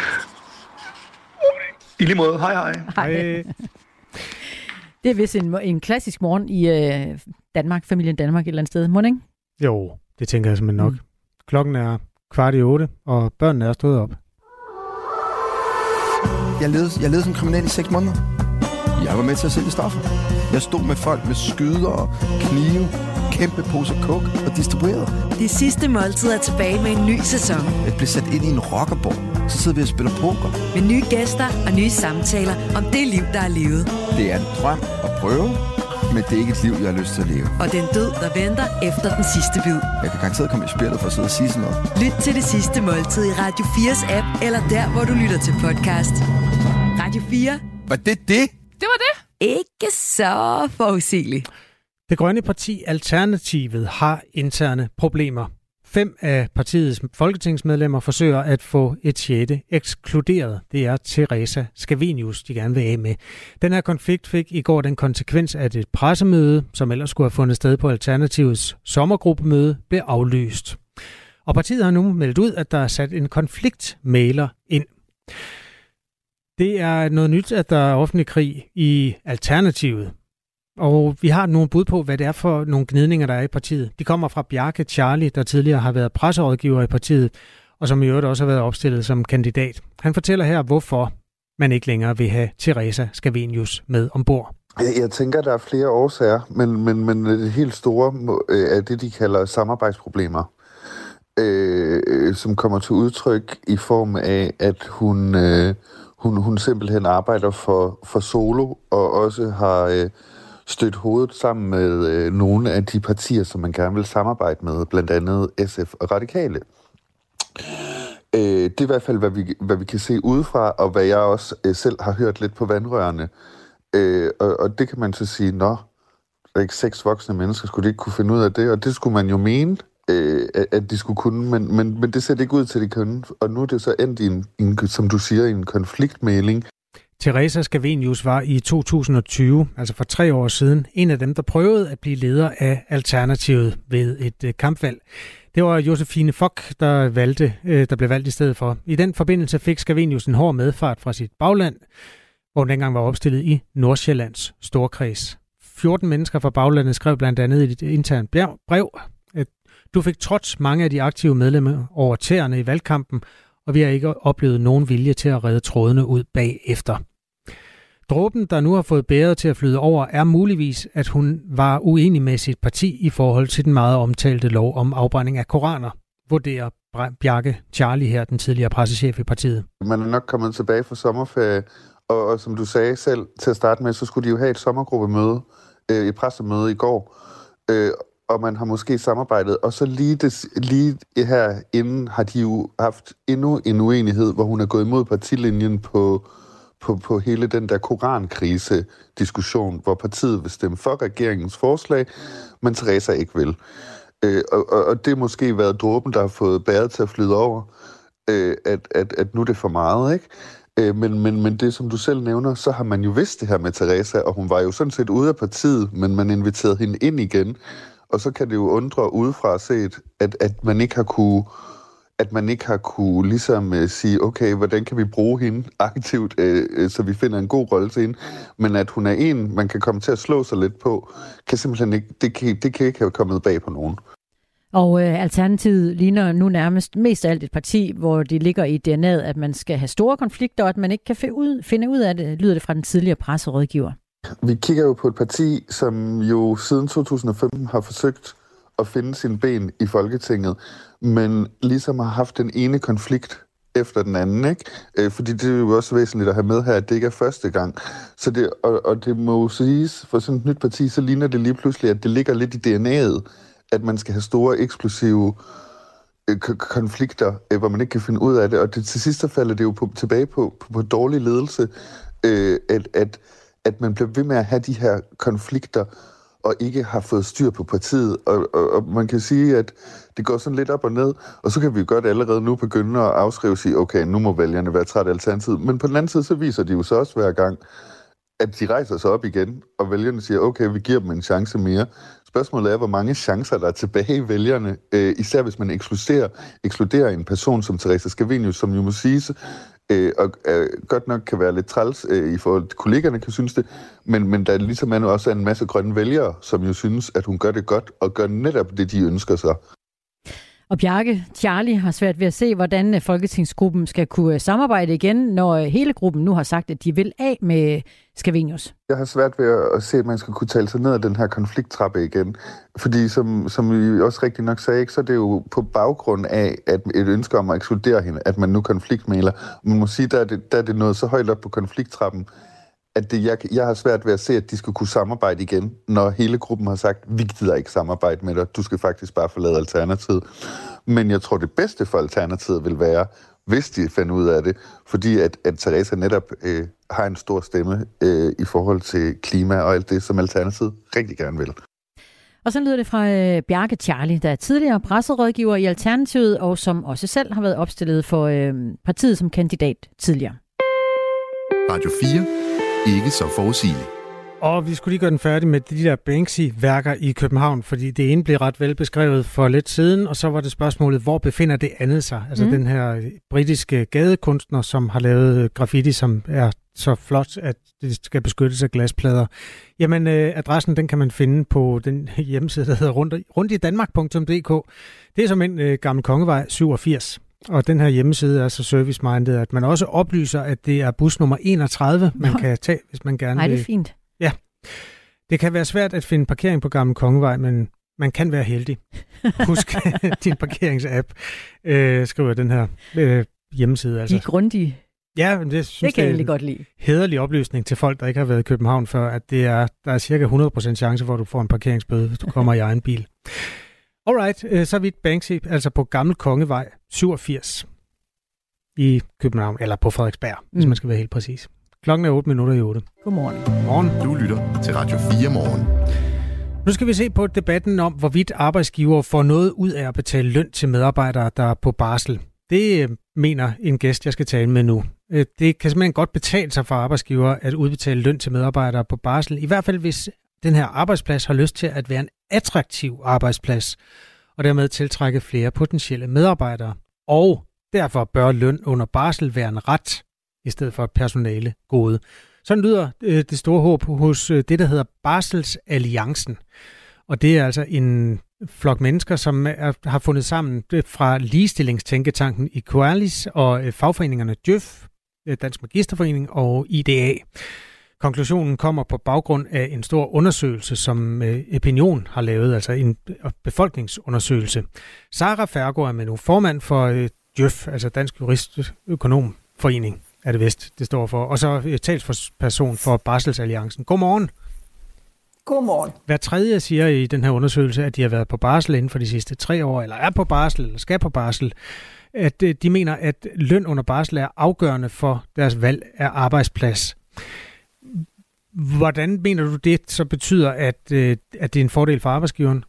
I lige måde. Hej, hej. Hej. Det er vist en, en klassisk morgen i øh, Danmark, familien Danmark et eller andet sted. Må ikke? Jo, det tænker jeg simpelthen nok. Mm. Klokken er kvart i otte, og børnene er stået op. Jeg levede, jeg levede som kriminel i seks måneder. Jeg var med til at sælge stoffer. Jeg stod med folk med skyder og knive, kæmpe poser coke og distribuerede. Det sidste måltid er tilbage med en ny sæson. Jeg blev sat ind i en rockerborg. Så sidder vi og spiller poker. Med nye gæster og nye samtaler om det liv, der er levet. Det er en drøm at prøve, men det er ikke et liv, jeg har lyst til at leve. Og den død, der venter efter den sidste bid. Jeg kan garanteret komme i spillet for at sidde og sige sådan noget. Lyt til Det Sidste Måltid i Radio fires app, eller der, hvor du lytter til podcast. Radio fire. Var det det? Det var det. Ikke så forudsigeligt. Det grønne parti Alternativet har interne problemer. Fem af partiets folketingsmedlemmer forsøger at få et sjette ekskluderet. Det er Theresa Scavenius, de gerne vil af med. Den her konflikt fik i går den konsekvens, at et pressemøde, som ellers skulle have fundet sted på Alternativets sommergruppemøde, blev aflyst. Og partiet har nu meldt ud, at der er sat en konfliktmægler ind. Det er noget nyt, at der er offentlig krig i Alternativet. Og vi har nogle bud på, hvad det er for nogle gnidninger, der er i partiet. De kommer fra Bjarke Charlie, der tidligere har været presserådgiver i partiet, og som i øvrigt også har været opstillet som kandidat. Han fortæller her, hvorfor man ikke længere vil have Theresa Scavenius med ombord. Jeg tænker, der er flere årsager, men, men, men det helt store er det, de kalder samarbejdsproblemer, øh, som kommer til udtryk i form af, at hun, øh, hun, hun simpelthen arbejder for, for solo, og også har øh, stødt hovedet sammen med øh, nogle af de partier, som man gerne vil samarbejde med, blandt andet S F og Radikale. Øh, det er i hvert fald, hvad vi, hvad vi kan se udefra, og hvad jeg også øh, selv har hørt lidt på vandrørene. Øh, og, og det kan man så sige, nå, der er ikke seks voksne mennesker, skulle de ikke kunne finde ud af det? Og det skulle man jo mene, øh, at de skulle kunne, men, men, men det ser det ikke ud til, at de kunne. Og nu er det så endt i en, en, som du siger, en konfliktmægling. Theresa Scavenius var i to tusind og tyve, altså for tre år siden, en af dem, der prøvede at blive leder af Alternativet ved et øh, kampvalg. Det var Josefine Fock, der, valgte, øh, der blev valgt i stedet for. I den forbindelse fik Scavenius en hård medfart fra sit bagland, hvor hun dengang var opstillet i Nordsjællands storkreds. fjorten mennesker fra baglandet skrev blandt andet i et internt brev, at du fik trods mange af de aktive medlemmer over tæerne i valgkampen, og vi har ikke oplevet nogen vilje til at redde trådene ud bagefter. Dråben, der nu har fået bæret til at flyde over, er muligvis, at hun var uenig med sit parti i forhold til den meget omtalte lov om afbrænding af koraner, vurderer Bjarke Charlie her, den tidligere pressechef i partiet. Man er nok kommet tilbage fra sommerferie, og, og som du sagde selv til at starte med, så skulle de jo have et sommergruppemøde, øh, et pressemøde i går, øh, og man har måske samarbejdet, og så lige, det, lige her inden har de jo haft endnu en uenighed, hvor hun er gået imod partilinjen på, på, på hele den der korankrise-diskussion, hvor partiet vil stemme for regeringens forslag, men Theresa ikke vil. Øh, og, og, og det har måske været dråben, der har fået bæret til at flyde over, øh, at, at, at nu er det for meget, ikke? Øh, men, men, men det, som du selv nævner, så har man jo vidst det her med Theresa, og hun var jo sådan set ude af partiet, men man inviterede hende ind igen. Og så kan det jo undre udefra set, at, at man ikke har kunne, at man ikke har kunne ligesom uh, sige, okay, hvordan kan vi bruge hende aktivt, uh, så vi finder en god rolle til hende. Men at hun er en, man kan komme til at slå sig lidt på, kan simpelthen ikke, det kan, det kan ikke have kommet bag på nogen. Og øh, Alternativet ligner nu nærmest mest af alt et parti, hvor de ligger i D N A'et, at man skal have store konflikter, og at man ikke kan finde ud, finde ud af det, lyder det fra den tidligere presserådgiver. Vi kigger jo på et parti, som jo siden to tusind og femten har forsøgt at finde sine ben i Folketinget, men ligesom har haft den ene konflikt efter den anden, ikke? Øh, fordi det er jo også væsentligt at have med her, at det ikke er første gang. Så det, og, og det må jo siges, for sådan et nyt parti, så ligner det lige pludselig, at det ligger lidt i D N A'et, at man skal have store, eksplosive øh, k- konflikter, øh, hvor man ikke kan finde ud af det. Og det, til sidst falder det jo på, tilbage på, på, på dårlig ledelse, øh, at, at, at man bliver ved med at have de her konflikter, og ikke har fået styr på partiet. Og, og, og man kan sige, at det går sådan lidt op og ned, og så kan vi godt allerede nu begynde at afskrive og sige, okay, nu må vælgerne være træt af Alternativet. Men på den anden side, så viser de jo så også hver gang, at de rejser sig op igen, og vælgerne siger, okay, vi giver dem en chance mere. Spørgsmålet er, hvor mange chancer der er tilbage i vælgerne, øh, især hvis man ekskluderer, ekskluderer en person som Theresa Scavenius, som jo må siges, øh, og øh, godt nok kan være lidt træls øh, i forhold til kollegerne kan synes det, men, men der ligesom er nu også en masse grønne vælgere, som jo synes, at hun gør det godt, og gør netop det, de ønsker sig. Og Bjarke, Charlie har svært ved at se, hvordan Folketingsgruppen skal kunne samarbejde igen, når hele gruppen nu har sagt, at de vil af med Scavenius. Jeg har svært ved at se, at man skal kunne tale sig ned af den her konflikttrappe igen. Fordi som, som vi også rigtig nok sagde, så er det jo på baggrund af at et ønske om at ekskludere hende, at man nu konfliktmæler. Man må sige, der er det, der er det noget så højt op på konflikttrappen, at det, jeg, jeg har svært ved at se, at de skal kunne samarbejde igen, når hele gruppen har sagt, vi gider ikke samarbejde med dig, du skal faktisk bare forlade Alternativet. Men jeg tror, det bedste for Alternativet vil være, hvis de finder ud af det, fordi at, at Theresa netop øh, har en stor stemme øh, i forhold til klima og alt det, som Alternativet rigtig gerne vil. Og så lyder det fra øh, Bjarke Charlie, der er tidligere presserådgiver i Alternativet, og som også selv har været opstillet for øh, partiet som kandidat tidligere. Radio fire. Ikke så forudsigeligt. Og vi skulle lige gøre den færdig med de der Banksy-værker i København, fordi det ene blev ret vel beskrevet for lidt siden, og så var det spørgsmålet, hvor befinder det andet sig? Altså mm. den her britiske gadekunstner, som har lavet graffiti, som er så flot, at det skal beskyttes af glasplader. Jamen, øh, adressen den kan man finde på den hjemmeside, der hedder rundt, rundidanmark punktum d k. Det er som en øh, Gammel Kongevej syvogfirs. Og den her hjemmeside er så service-minded, at man også oplyser, at det er bus nummer enogtredive, man Nå. kan tage, hvis man gerne vil. Nej, det er fint. Ja. Det kan være svært at finde parkering på Gammel Kongevej, men man kan være heldig. Husk din parkeringsapp, øh, skriver den her øh, hjemmeside. Altså. De er grundige. Ja, men det, synes, det kan jeg det er godt lide. Hæderlig oplysning til folk, der ikke har været i København før, at det er, der er cirka hundrede procent chance for, at du får en parkeringsbøde, hvis du kommer i egen bil. Alright, så vidt Banksy, altså på Gammel Kongevej syvogfirs i København, eller på Frederiksberg, mm. hvis man skal være helt præcis. Klokken er otte minutter i otte. Godmorgen. Godmorgen. Du lytter til Radio fire morgen. Nu skal vi se på debatten om, hvorvidt arbejdsgiver får noget ud af at betale løn til medarbejdere, der er på barsel. Det mener en gæst, jeg skal tale med nu. Det kan simpelthen godt betale sig for arbejdsgiver at udbetale løn til medarbejdere på barsel. I hvert fald hvis den her arbejdsplads har lyst til at være en attraktiv arbejdsplads, og dermed tiltrække flere potentielle medarbejdere. Og derfor bør løn under barsel være en ret, i stedet for et personale gode. Sådan lyder øh, det store håb hos øh, det, der hedder Barselsalliancen. Og det er altså en flok mennesker, som er, har fundet sammen fra ligestillingstænketanken i Equalis og øh, fagforeningerne D J Ø F, Dansk Magisterforening og I D A. Konklusionen kommer på baggrund af en stor undersøgelse, som øh, Epinion har lavet, altså en befolkningsundersøgelse. Sara Fergo er med nu formand for øh, D J Ø F, altså Dansk Juristøkonomforening, er det vist, det står for. Og så øh, talsperson for Barselsalliancen. Godmorgen. Godmorgen. Hver tredje siger i den her undersøgelse, at de har været på barsel inden for de sidste tre år, eller er på barsel, eller skal på barsel. At øh, de mener, at løn under barsel er afgørende for deres valg af arbejdsplads. Hvordan mener du det så betyder, at, øh, at det er en fordel for arbejdsgiveren?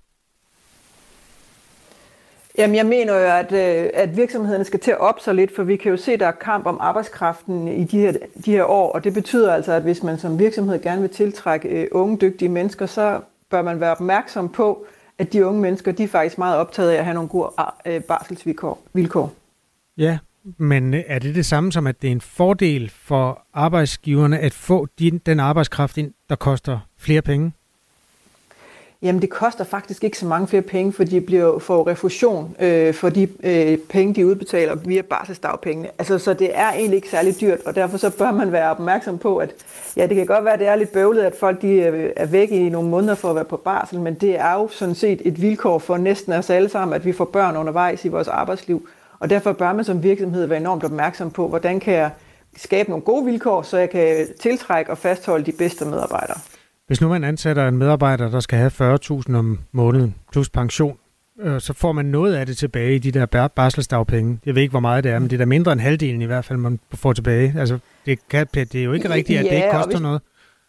Jamen, jeg mener jo, at, øh, at virksomhederne skal til at op sig lidt, for vi kan jo se, at der er kamp om arbejdskraften i de her, de her år, og det betyder altså, at hvis man som virksomhed gerne vil tiltrække øh, unge, dygtige mennesker, så bør man være opmærksom på, at de unge mennesker, de er faktisk meget optaget af at have nogle gode øh, barselsvilkår. Ja, men er det det samme som, at det er en fordel for arbejdsgiverne at få de, den arbejdskraft ind, der koster flere penge? Jamen, det koster faktisk ikke så mange flere penge, for de bliver får refusion øh, for de øh, penge, de udbetaler via barselsdagpengene. Altså, så det er egentlig ikke særlig dyrt, og derfor så bør man være opmærksom på, at ja, det kan godt være, at det er lidt bøvlet, at folk de er væk i nogle måneder for at være på barsel, men det er jo sådan set et vilkår for næsten os alle sammen, at vi får børn undervejs i vores arbejdsliv. Og derfor bør man som virksomhed være enormt opmærksom på, hvordan kan jeg skabe nogle gode vilkår, så jeg kan tiltrække og fastholde de bedste medarbejdere. Hvis nu man ansætter en medarbejder, der skal have fyrre tusind om måneden plus pension, øh, så får man noget af det tilbage i de der barselsdagpenge. Jeg ved ikke, hvor meget det er, men det er da mindre end halvdelen i hvert fald, man får tilbage. Altså, det, kan, det er jo ikke rigtigt, at ja, det ikke koster hvis, noget.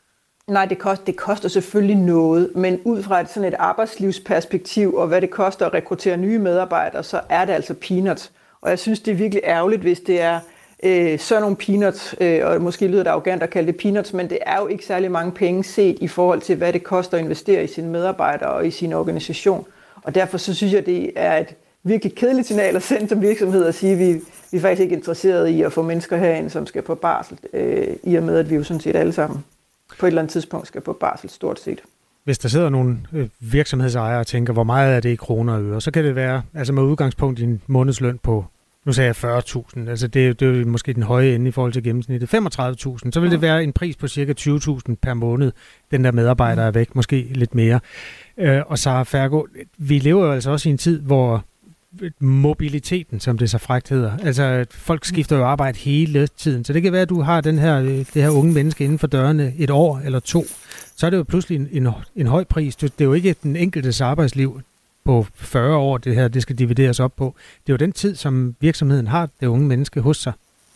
Nej, det koster, det koster selvfølgelig noget, men ud fra et, sådan et arbejdslivsperspektiv, og hvad det koster at rekruttere nye medarbejdere, så er det altså peanuts. Og jeg synes, det er virkelig ærgerligt, hvis det er øh, sådan nogle peanuts, øh, og måske lyder det arrogant at kalde det peanuts, men det er jo ikke særlig mange penge set i forhold til, hvad det koster at investere i sine medarbejdere og i sin organisation. Og derfor så synes jeg, det er et virkelig kedeligt signal at sende som virksomhed og sige, at vi, vi er faktisk ikke interesserede i at få mennesker herind, som skal på barsel, øh, i og med, at vi jo sådan set alle sammen på et eller andet tidspunkt skal på barsel stort set. Hvis der sidder nogle virksomhedsejere og tænker, hvor meget er det i kroner og øre, så kan det være, altså med udgangspunkt i en månedsløn på, nu sagde jeg fyrre tusind, altså det, det er jo måske den høje ende i forhold til gennemsnittet, femogtredive tusind, så vil det være en pris på cirka tyve tusind per måned, den der medarbejder er væk, måske lidt mere. Og Sara Fergo, vi lever jo altså også i en tid, hvor mobiliteten, som det så frækt hedder. Altså, folk skifter jo arbejde hele tiden. Så det kan være, at du har den her, det her unge menneske inden for dørene et år eller to. Så er det jo pludselig en, en, en høj pris. Det er jo ikke den enkeltes arbejdsliv på fyrre år, det her det skal divideres op på. Det er jo den tid, som virksomheden har det unge menneske hos sig.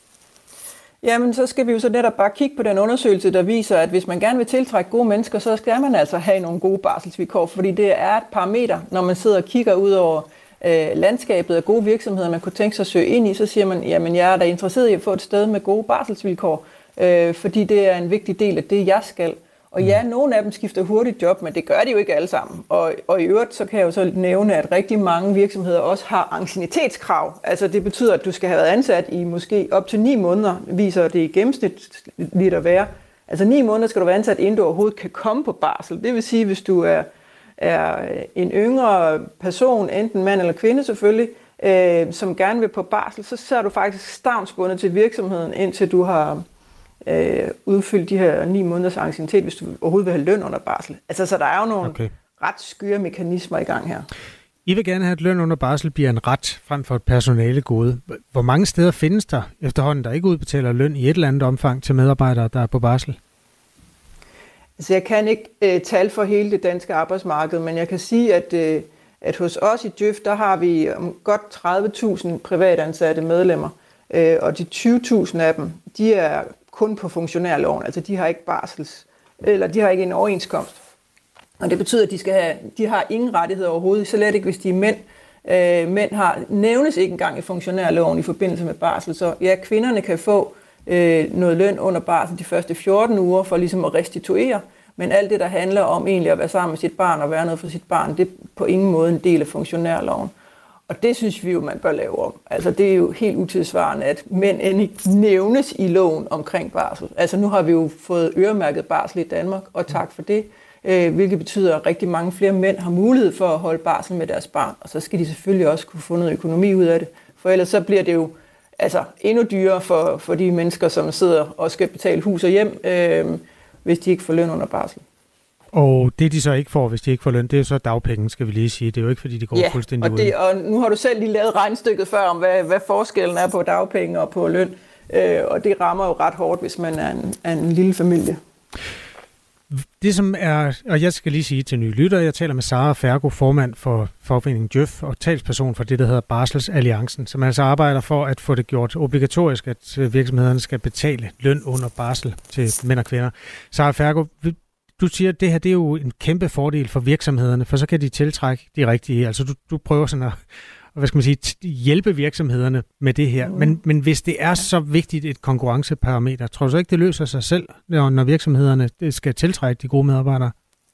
Jamen, så skal vi jo så netop bare kigge på den undersøgelse, der viser, at hvis man gerne vil tiltrække gode mennesker, så skal man altså have nogle gode barselsvilkår, fordi det er et parameter, når man sidder og kigger ud over øh, landskabet af gode virksomheder, man kunne tænke sig at søge ind i, så siger man, jamen jeg er da interesseret i at få et sted med gode barselsvilkår, øh, fordi det er en vigtig del af det, jeg skal. Og ja, nogle af dem skifter hurtigt job, men det gør de jo ikke alle sammen. Og, og i øvrigt, så kan jeg jo så nævne, at rigtig mange virksomheder også har anciennitetskrav. Altså det betyder, at du skal have været ansat i måske op til ni måneder, viser det i gennemsnit lidt at være. Altså ni måneder skal du være ansat, inden du overhovedet kan komme på barsel. Det vil sige, hvis du er, er en yngre person, enten mand eller kvinde selvfølgelig, øh, som gerne vil på barsel, så, så er du faktisk stavnsbundet til virksomheden, indtil du har Øh, udfylde de her ni måneders anciennitet, hvis du overhovedet vil have løn under barsel. Altså, så der er jo nogle okay. ret skøre mekanismer i gang her. I vil gerne have, at løn under barsel bliver en ret frem for et personale gode. Hvor mange steder findes der efterhånden, der ikke udbetaler løn i et eller andet omfang til medarbejdere, der er på barsel? Altså, jeg kan ikke øh, tale for hele det danske arbejdsmarked, men jeg kan sige, at, øh, at hos os i Djøf, der har vi um, godt tredive tusind privatansatte medlemmer, øh, og de tyve tusind af dem, de er kun på funktionærloven, altså de har ikke barsels, eller de har ikke en overenskomst. Og det betyder, at de, skal have, de har ingen rettigheder overhovedet, så let ikke, hvis de er mænd. Øh, mænd har, nævnes ikke engang i funktionærloven i forbindelse med barsel, så ja, kvinderne kan få øh, noget løn under barsel de første fjorten uger for ligesom at restituere, men alt det, der handler om egentlig at være sammen med sit barn og være noget for sit barn, det er på ingen måde en del af funktionærloven. Og det synes vi jo, man bør lave om. Altså det er jo helt utilsvarende, at mænd end ikke nævnes i loven omkring barsel. Altså nu har vi jo fået øremærket barsel i Danmark, og tak for det. Øh, hvilket betyder, at rigtig mange flere mænd har mulighed for at holde barsel med deres barn. Og så skal de selvfølgelig også kunne få noget økonomi ud af det. For ellers så bliver det jo altså, endnu dyrere for, for de mennesker, som sidder og skal betale hus og hjem, øh, hvis de ikke får løn under barsel. Og det, de så ikke får, hvis de ikke får løn, det er jo så dagpenge, skal vi lige sige. Det er jo ikke, fordi de går ja, fuldstændig og, det, og nu har du selv lige lavet regnstykket før om, hvad, hvad forskellen er på dagpenge og på løn. Øh, og det rammer jo ret hårdt, hvis man er en, er en lille familie. Det som er, og jeg skal lige sige til nye lyttere, jeg taler med Sara Fergo, formand for fagforeningen Djøf og talsperson for det, der hedder Barselsalliancen, som altså arbejder for at få det gjort obligatorisk, at virksomhederne skal betale løn under barsel til mænd og kvinder. Sara Fergo, du siger, at det her det er jo en kæmpe fordel for virksomhederne, for så kan de tiltrække de rigtige. Altså du, du prøver sådan at hvad skal man sige, hjælpe virksomhederne med det her. Men, men hvis det er så vigtigt et konkurrenceparameter, tror du så ikke, det løser sig selv, når, når virksomhederne skal tiltrække de gode medarbejdere?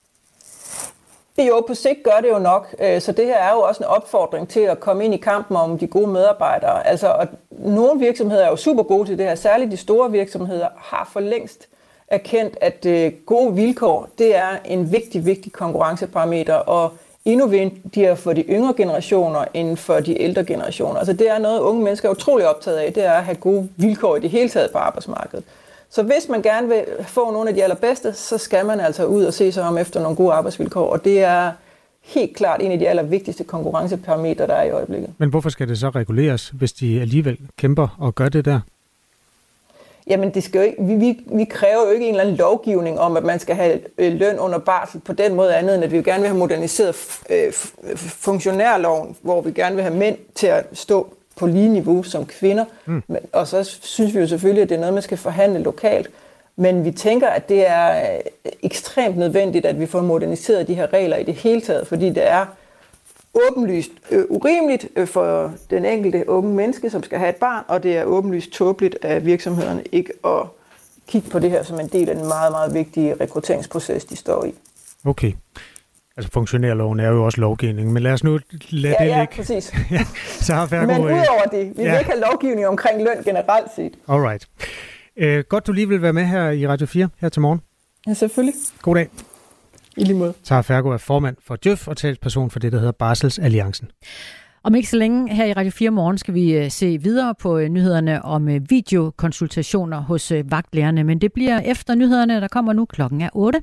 Jo, på sigt gør det jo nok. Så det her er jo også en opfordring til at komme ind i kampen om de gode medarbejdere. Altså, og nogle virksomheder er jo super gode til det her. Særligt de store virksomheder har for længst erkendt, at øh, gode vilkår, det er en vigtig, vigtig konkurrenceparameter, og endnu vigtigere for de yngre generationer end for de ældre generationer. Altså det er noget, unge mennesker er utrolig optaget af, det er at have gode vilkår i det hele taget på arbejdsmarkedet. Så hvis man gerne vil få nogle af de allerbedste, så skal man altså ud og se sig om efter nogle gode arbejdsvilkår, og det er helt klart en af de allervigtigste konkurrenceparametre, der er i øjeblikket. Men hvorfor skal det så reguleres, hvis de alligevel kæmper og gør det der? Jamen, det skal jo ikke, vi, vi, vi kræver jo ikke en eller anden lovgivning om, at man skal have øh, løn under barsel på den måde andet, end at vi jo gerne vil have moderniseret øh, funktionærloven, hvor vi gerne vil have mænd til at stå på lige niveau som kvinder. Mm. Men, og så synes vi jo selvfølgelig, at det er noget, man skal forhandle lokalt. Men vi tænker, at det er ekstremt nødvendigt, at vi får moderniseret de her regler i det hele taget, fordi det er åbenlyst øh, urimeligt øh, for den enkelte unge menneske, som skal have et barn, og det er åbenlyst tåbeligt af virksomhederne ikke at kigge på det her som en del af den meget, meget vigtige rekrutteringsproces, de står i. Okay. Altså funktionærloven er jo også lovgivning, men lad os nu lade ja, det ja, ligge. Præcis. ja, så har Fergo, men udover det, vi ja. vil ikke have lovgivning omkring løn generelt set. Alright. Øh, godt, du lige vil være med her i Radio fire her til morgen. Ja, selvfølgelig. God dag. I lige måde. Sara Fergo er formand for D J Ø F og talsperson for det, der hedder Barselsalliancen. Om ikke så længe her i Radio fire Morgen skal vi se videre på nyhederne om videokonsultationer hos vagtlægerne, men det bliver efter nyhederne, der kommer nu. Klokken er otte.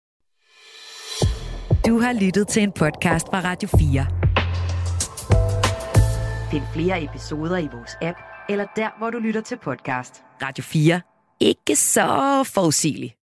Du har lyttet til en podcast fra Radio fire. Find flere episoder i vores app, eller der, hvor du lytter til podcast. Radio fire. Ikke så forudsigeligt.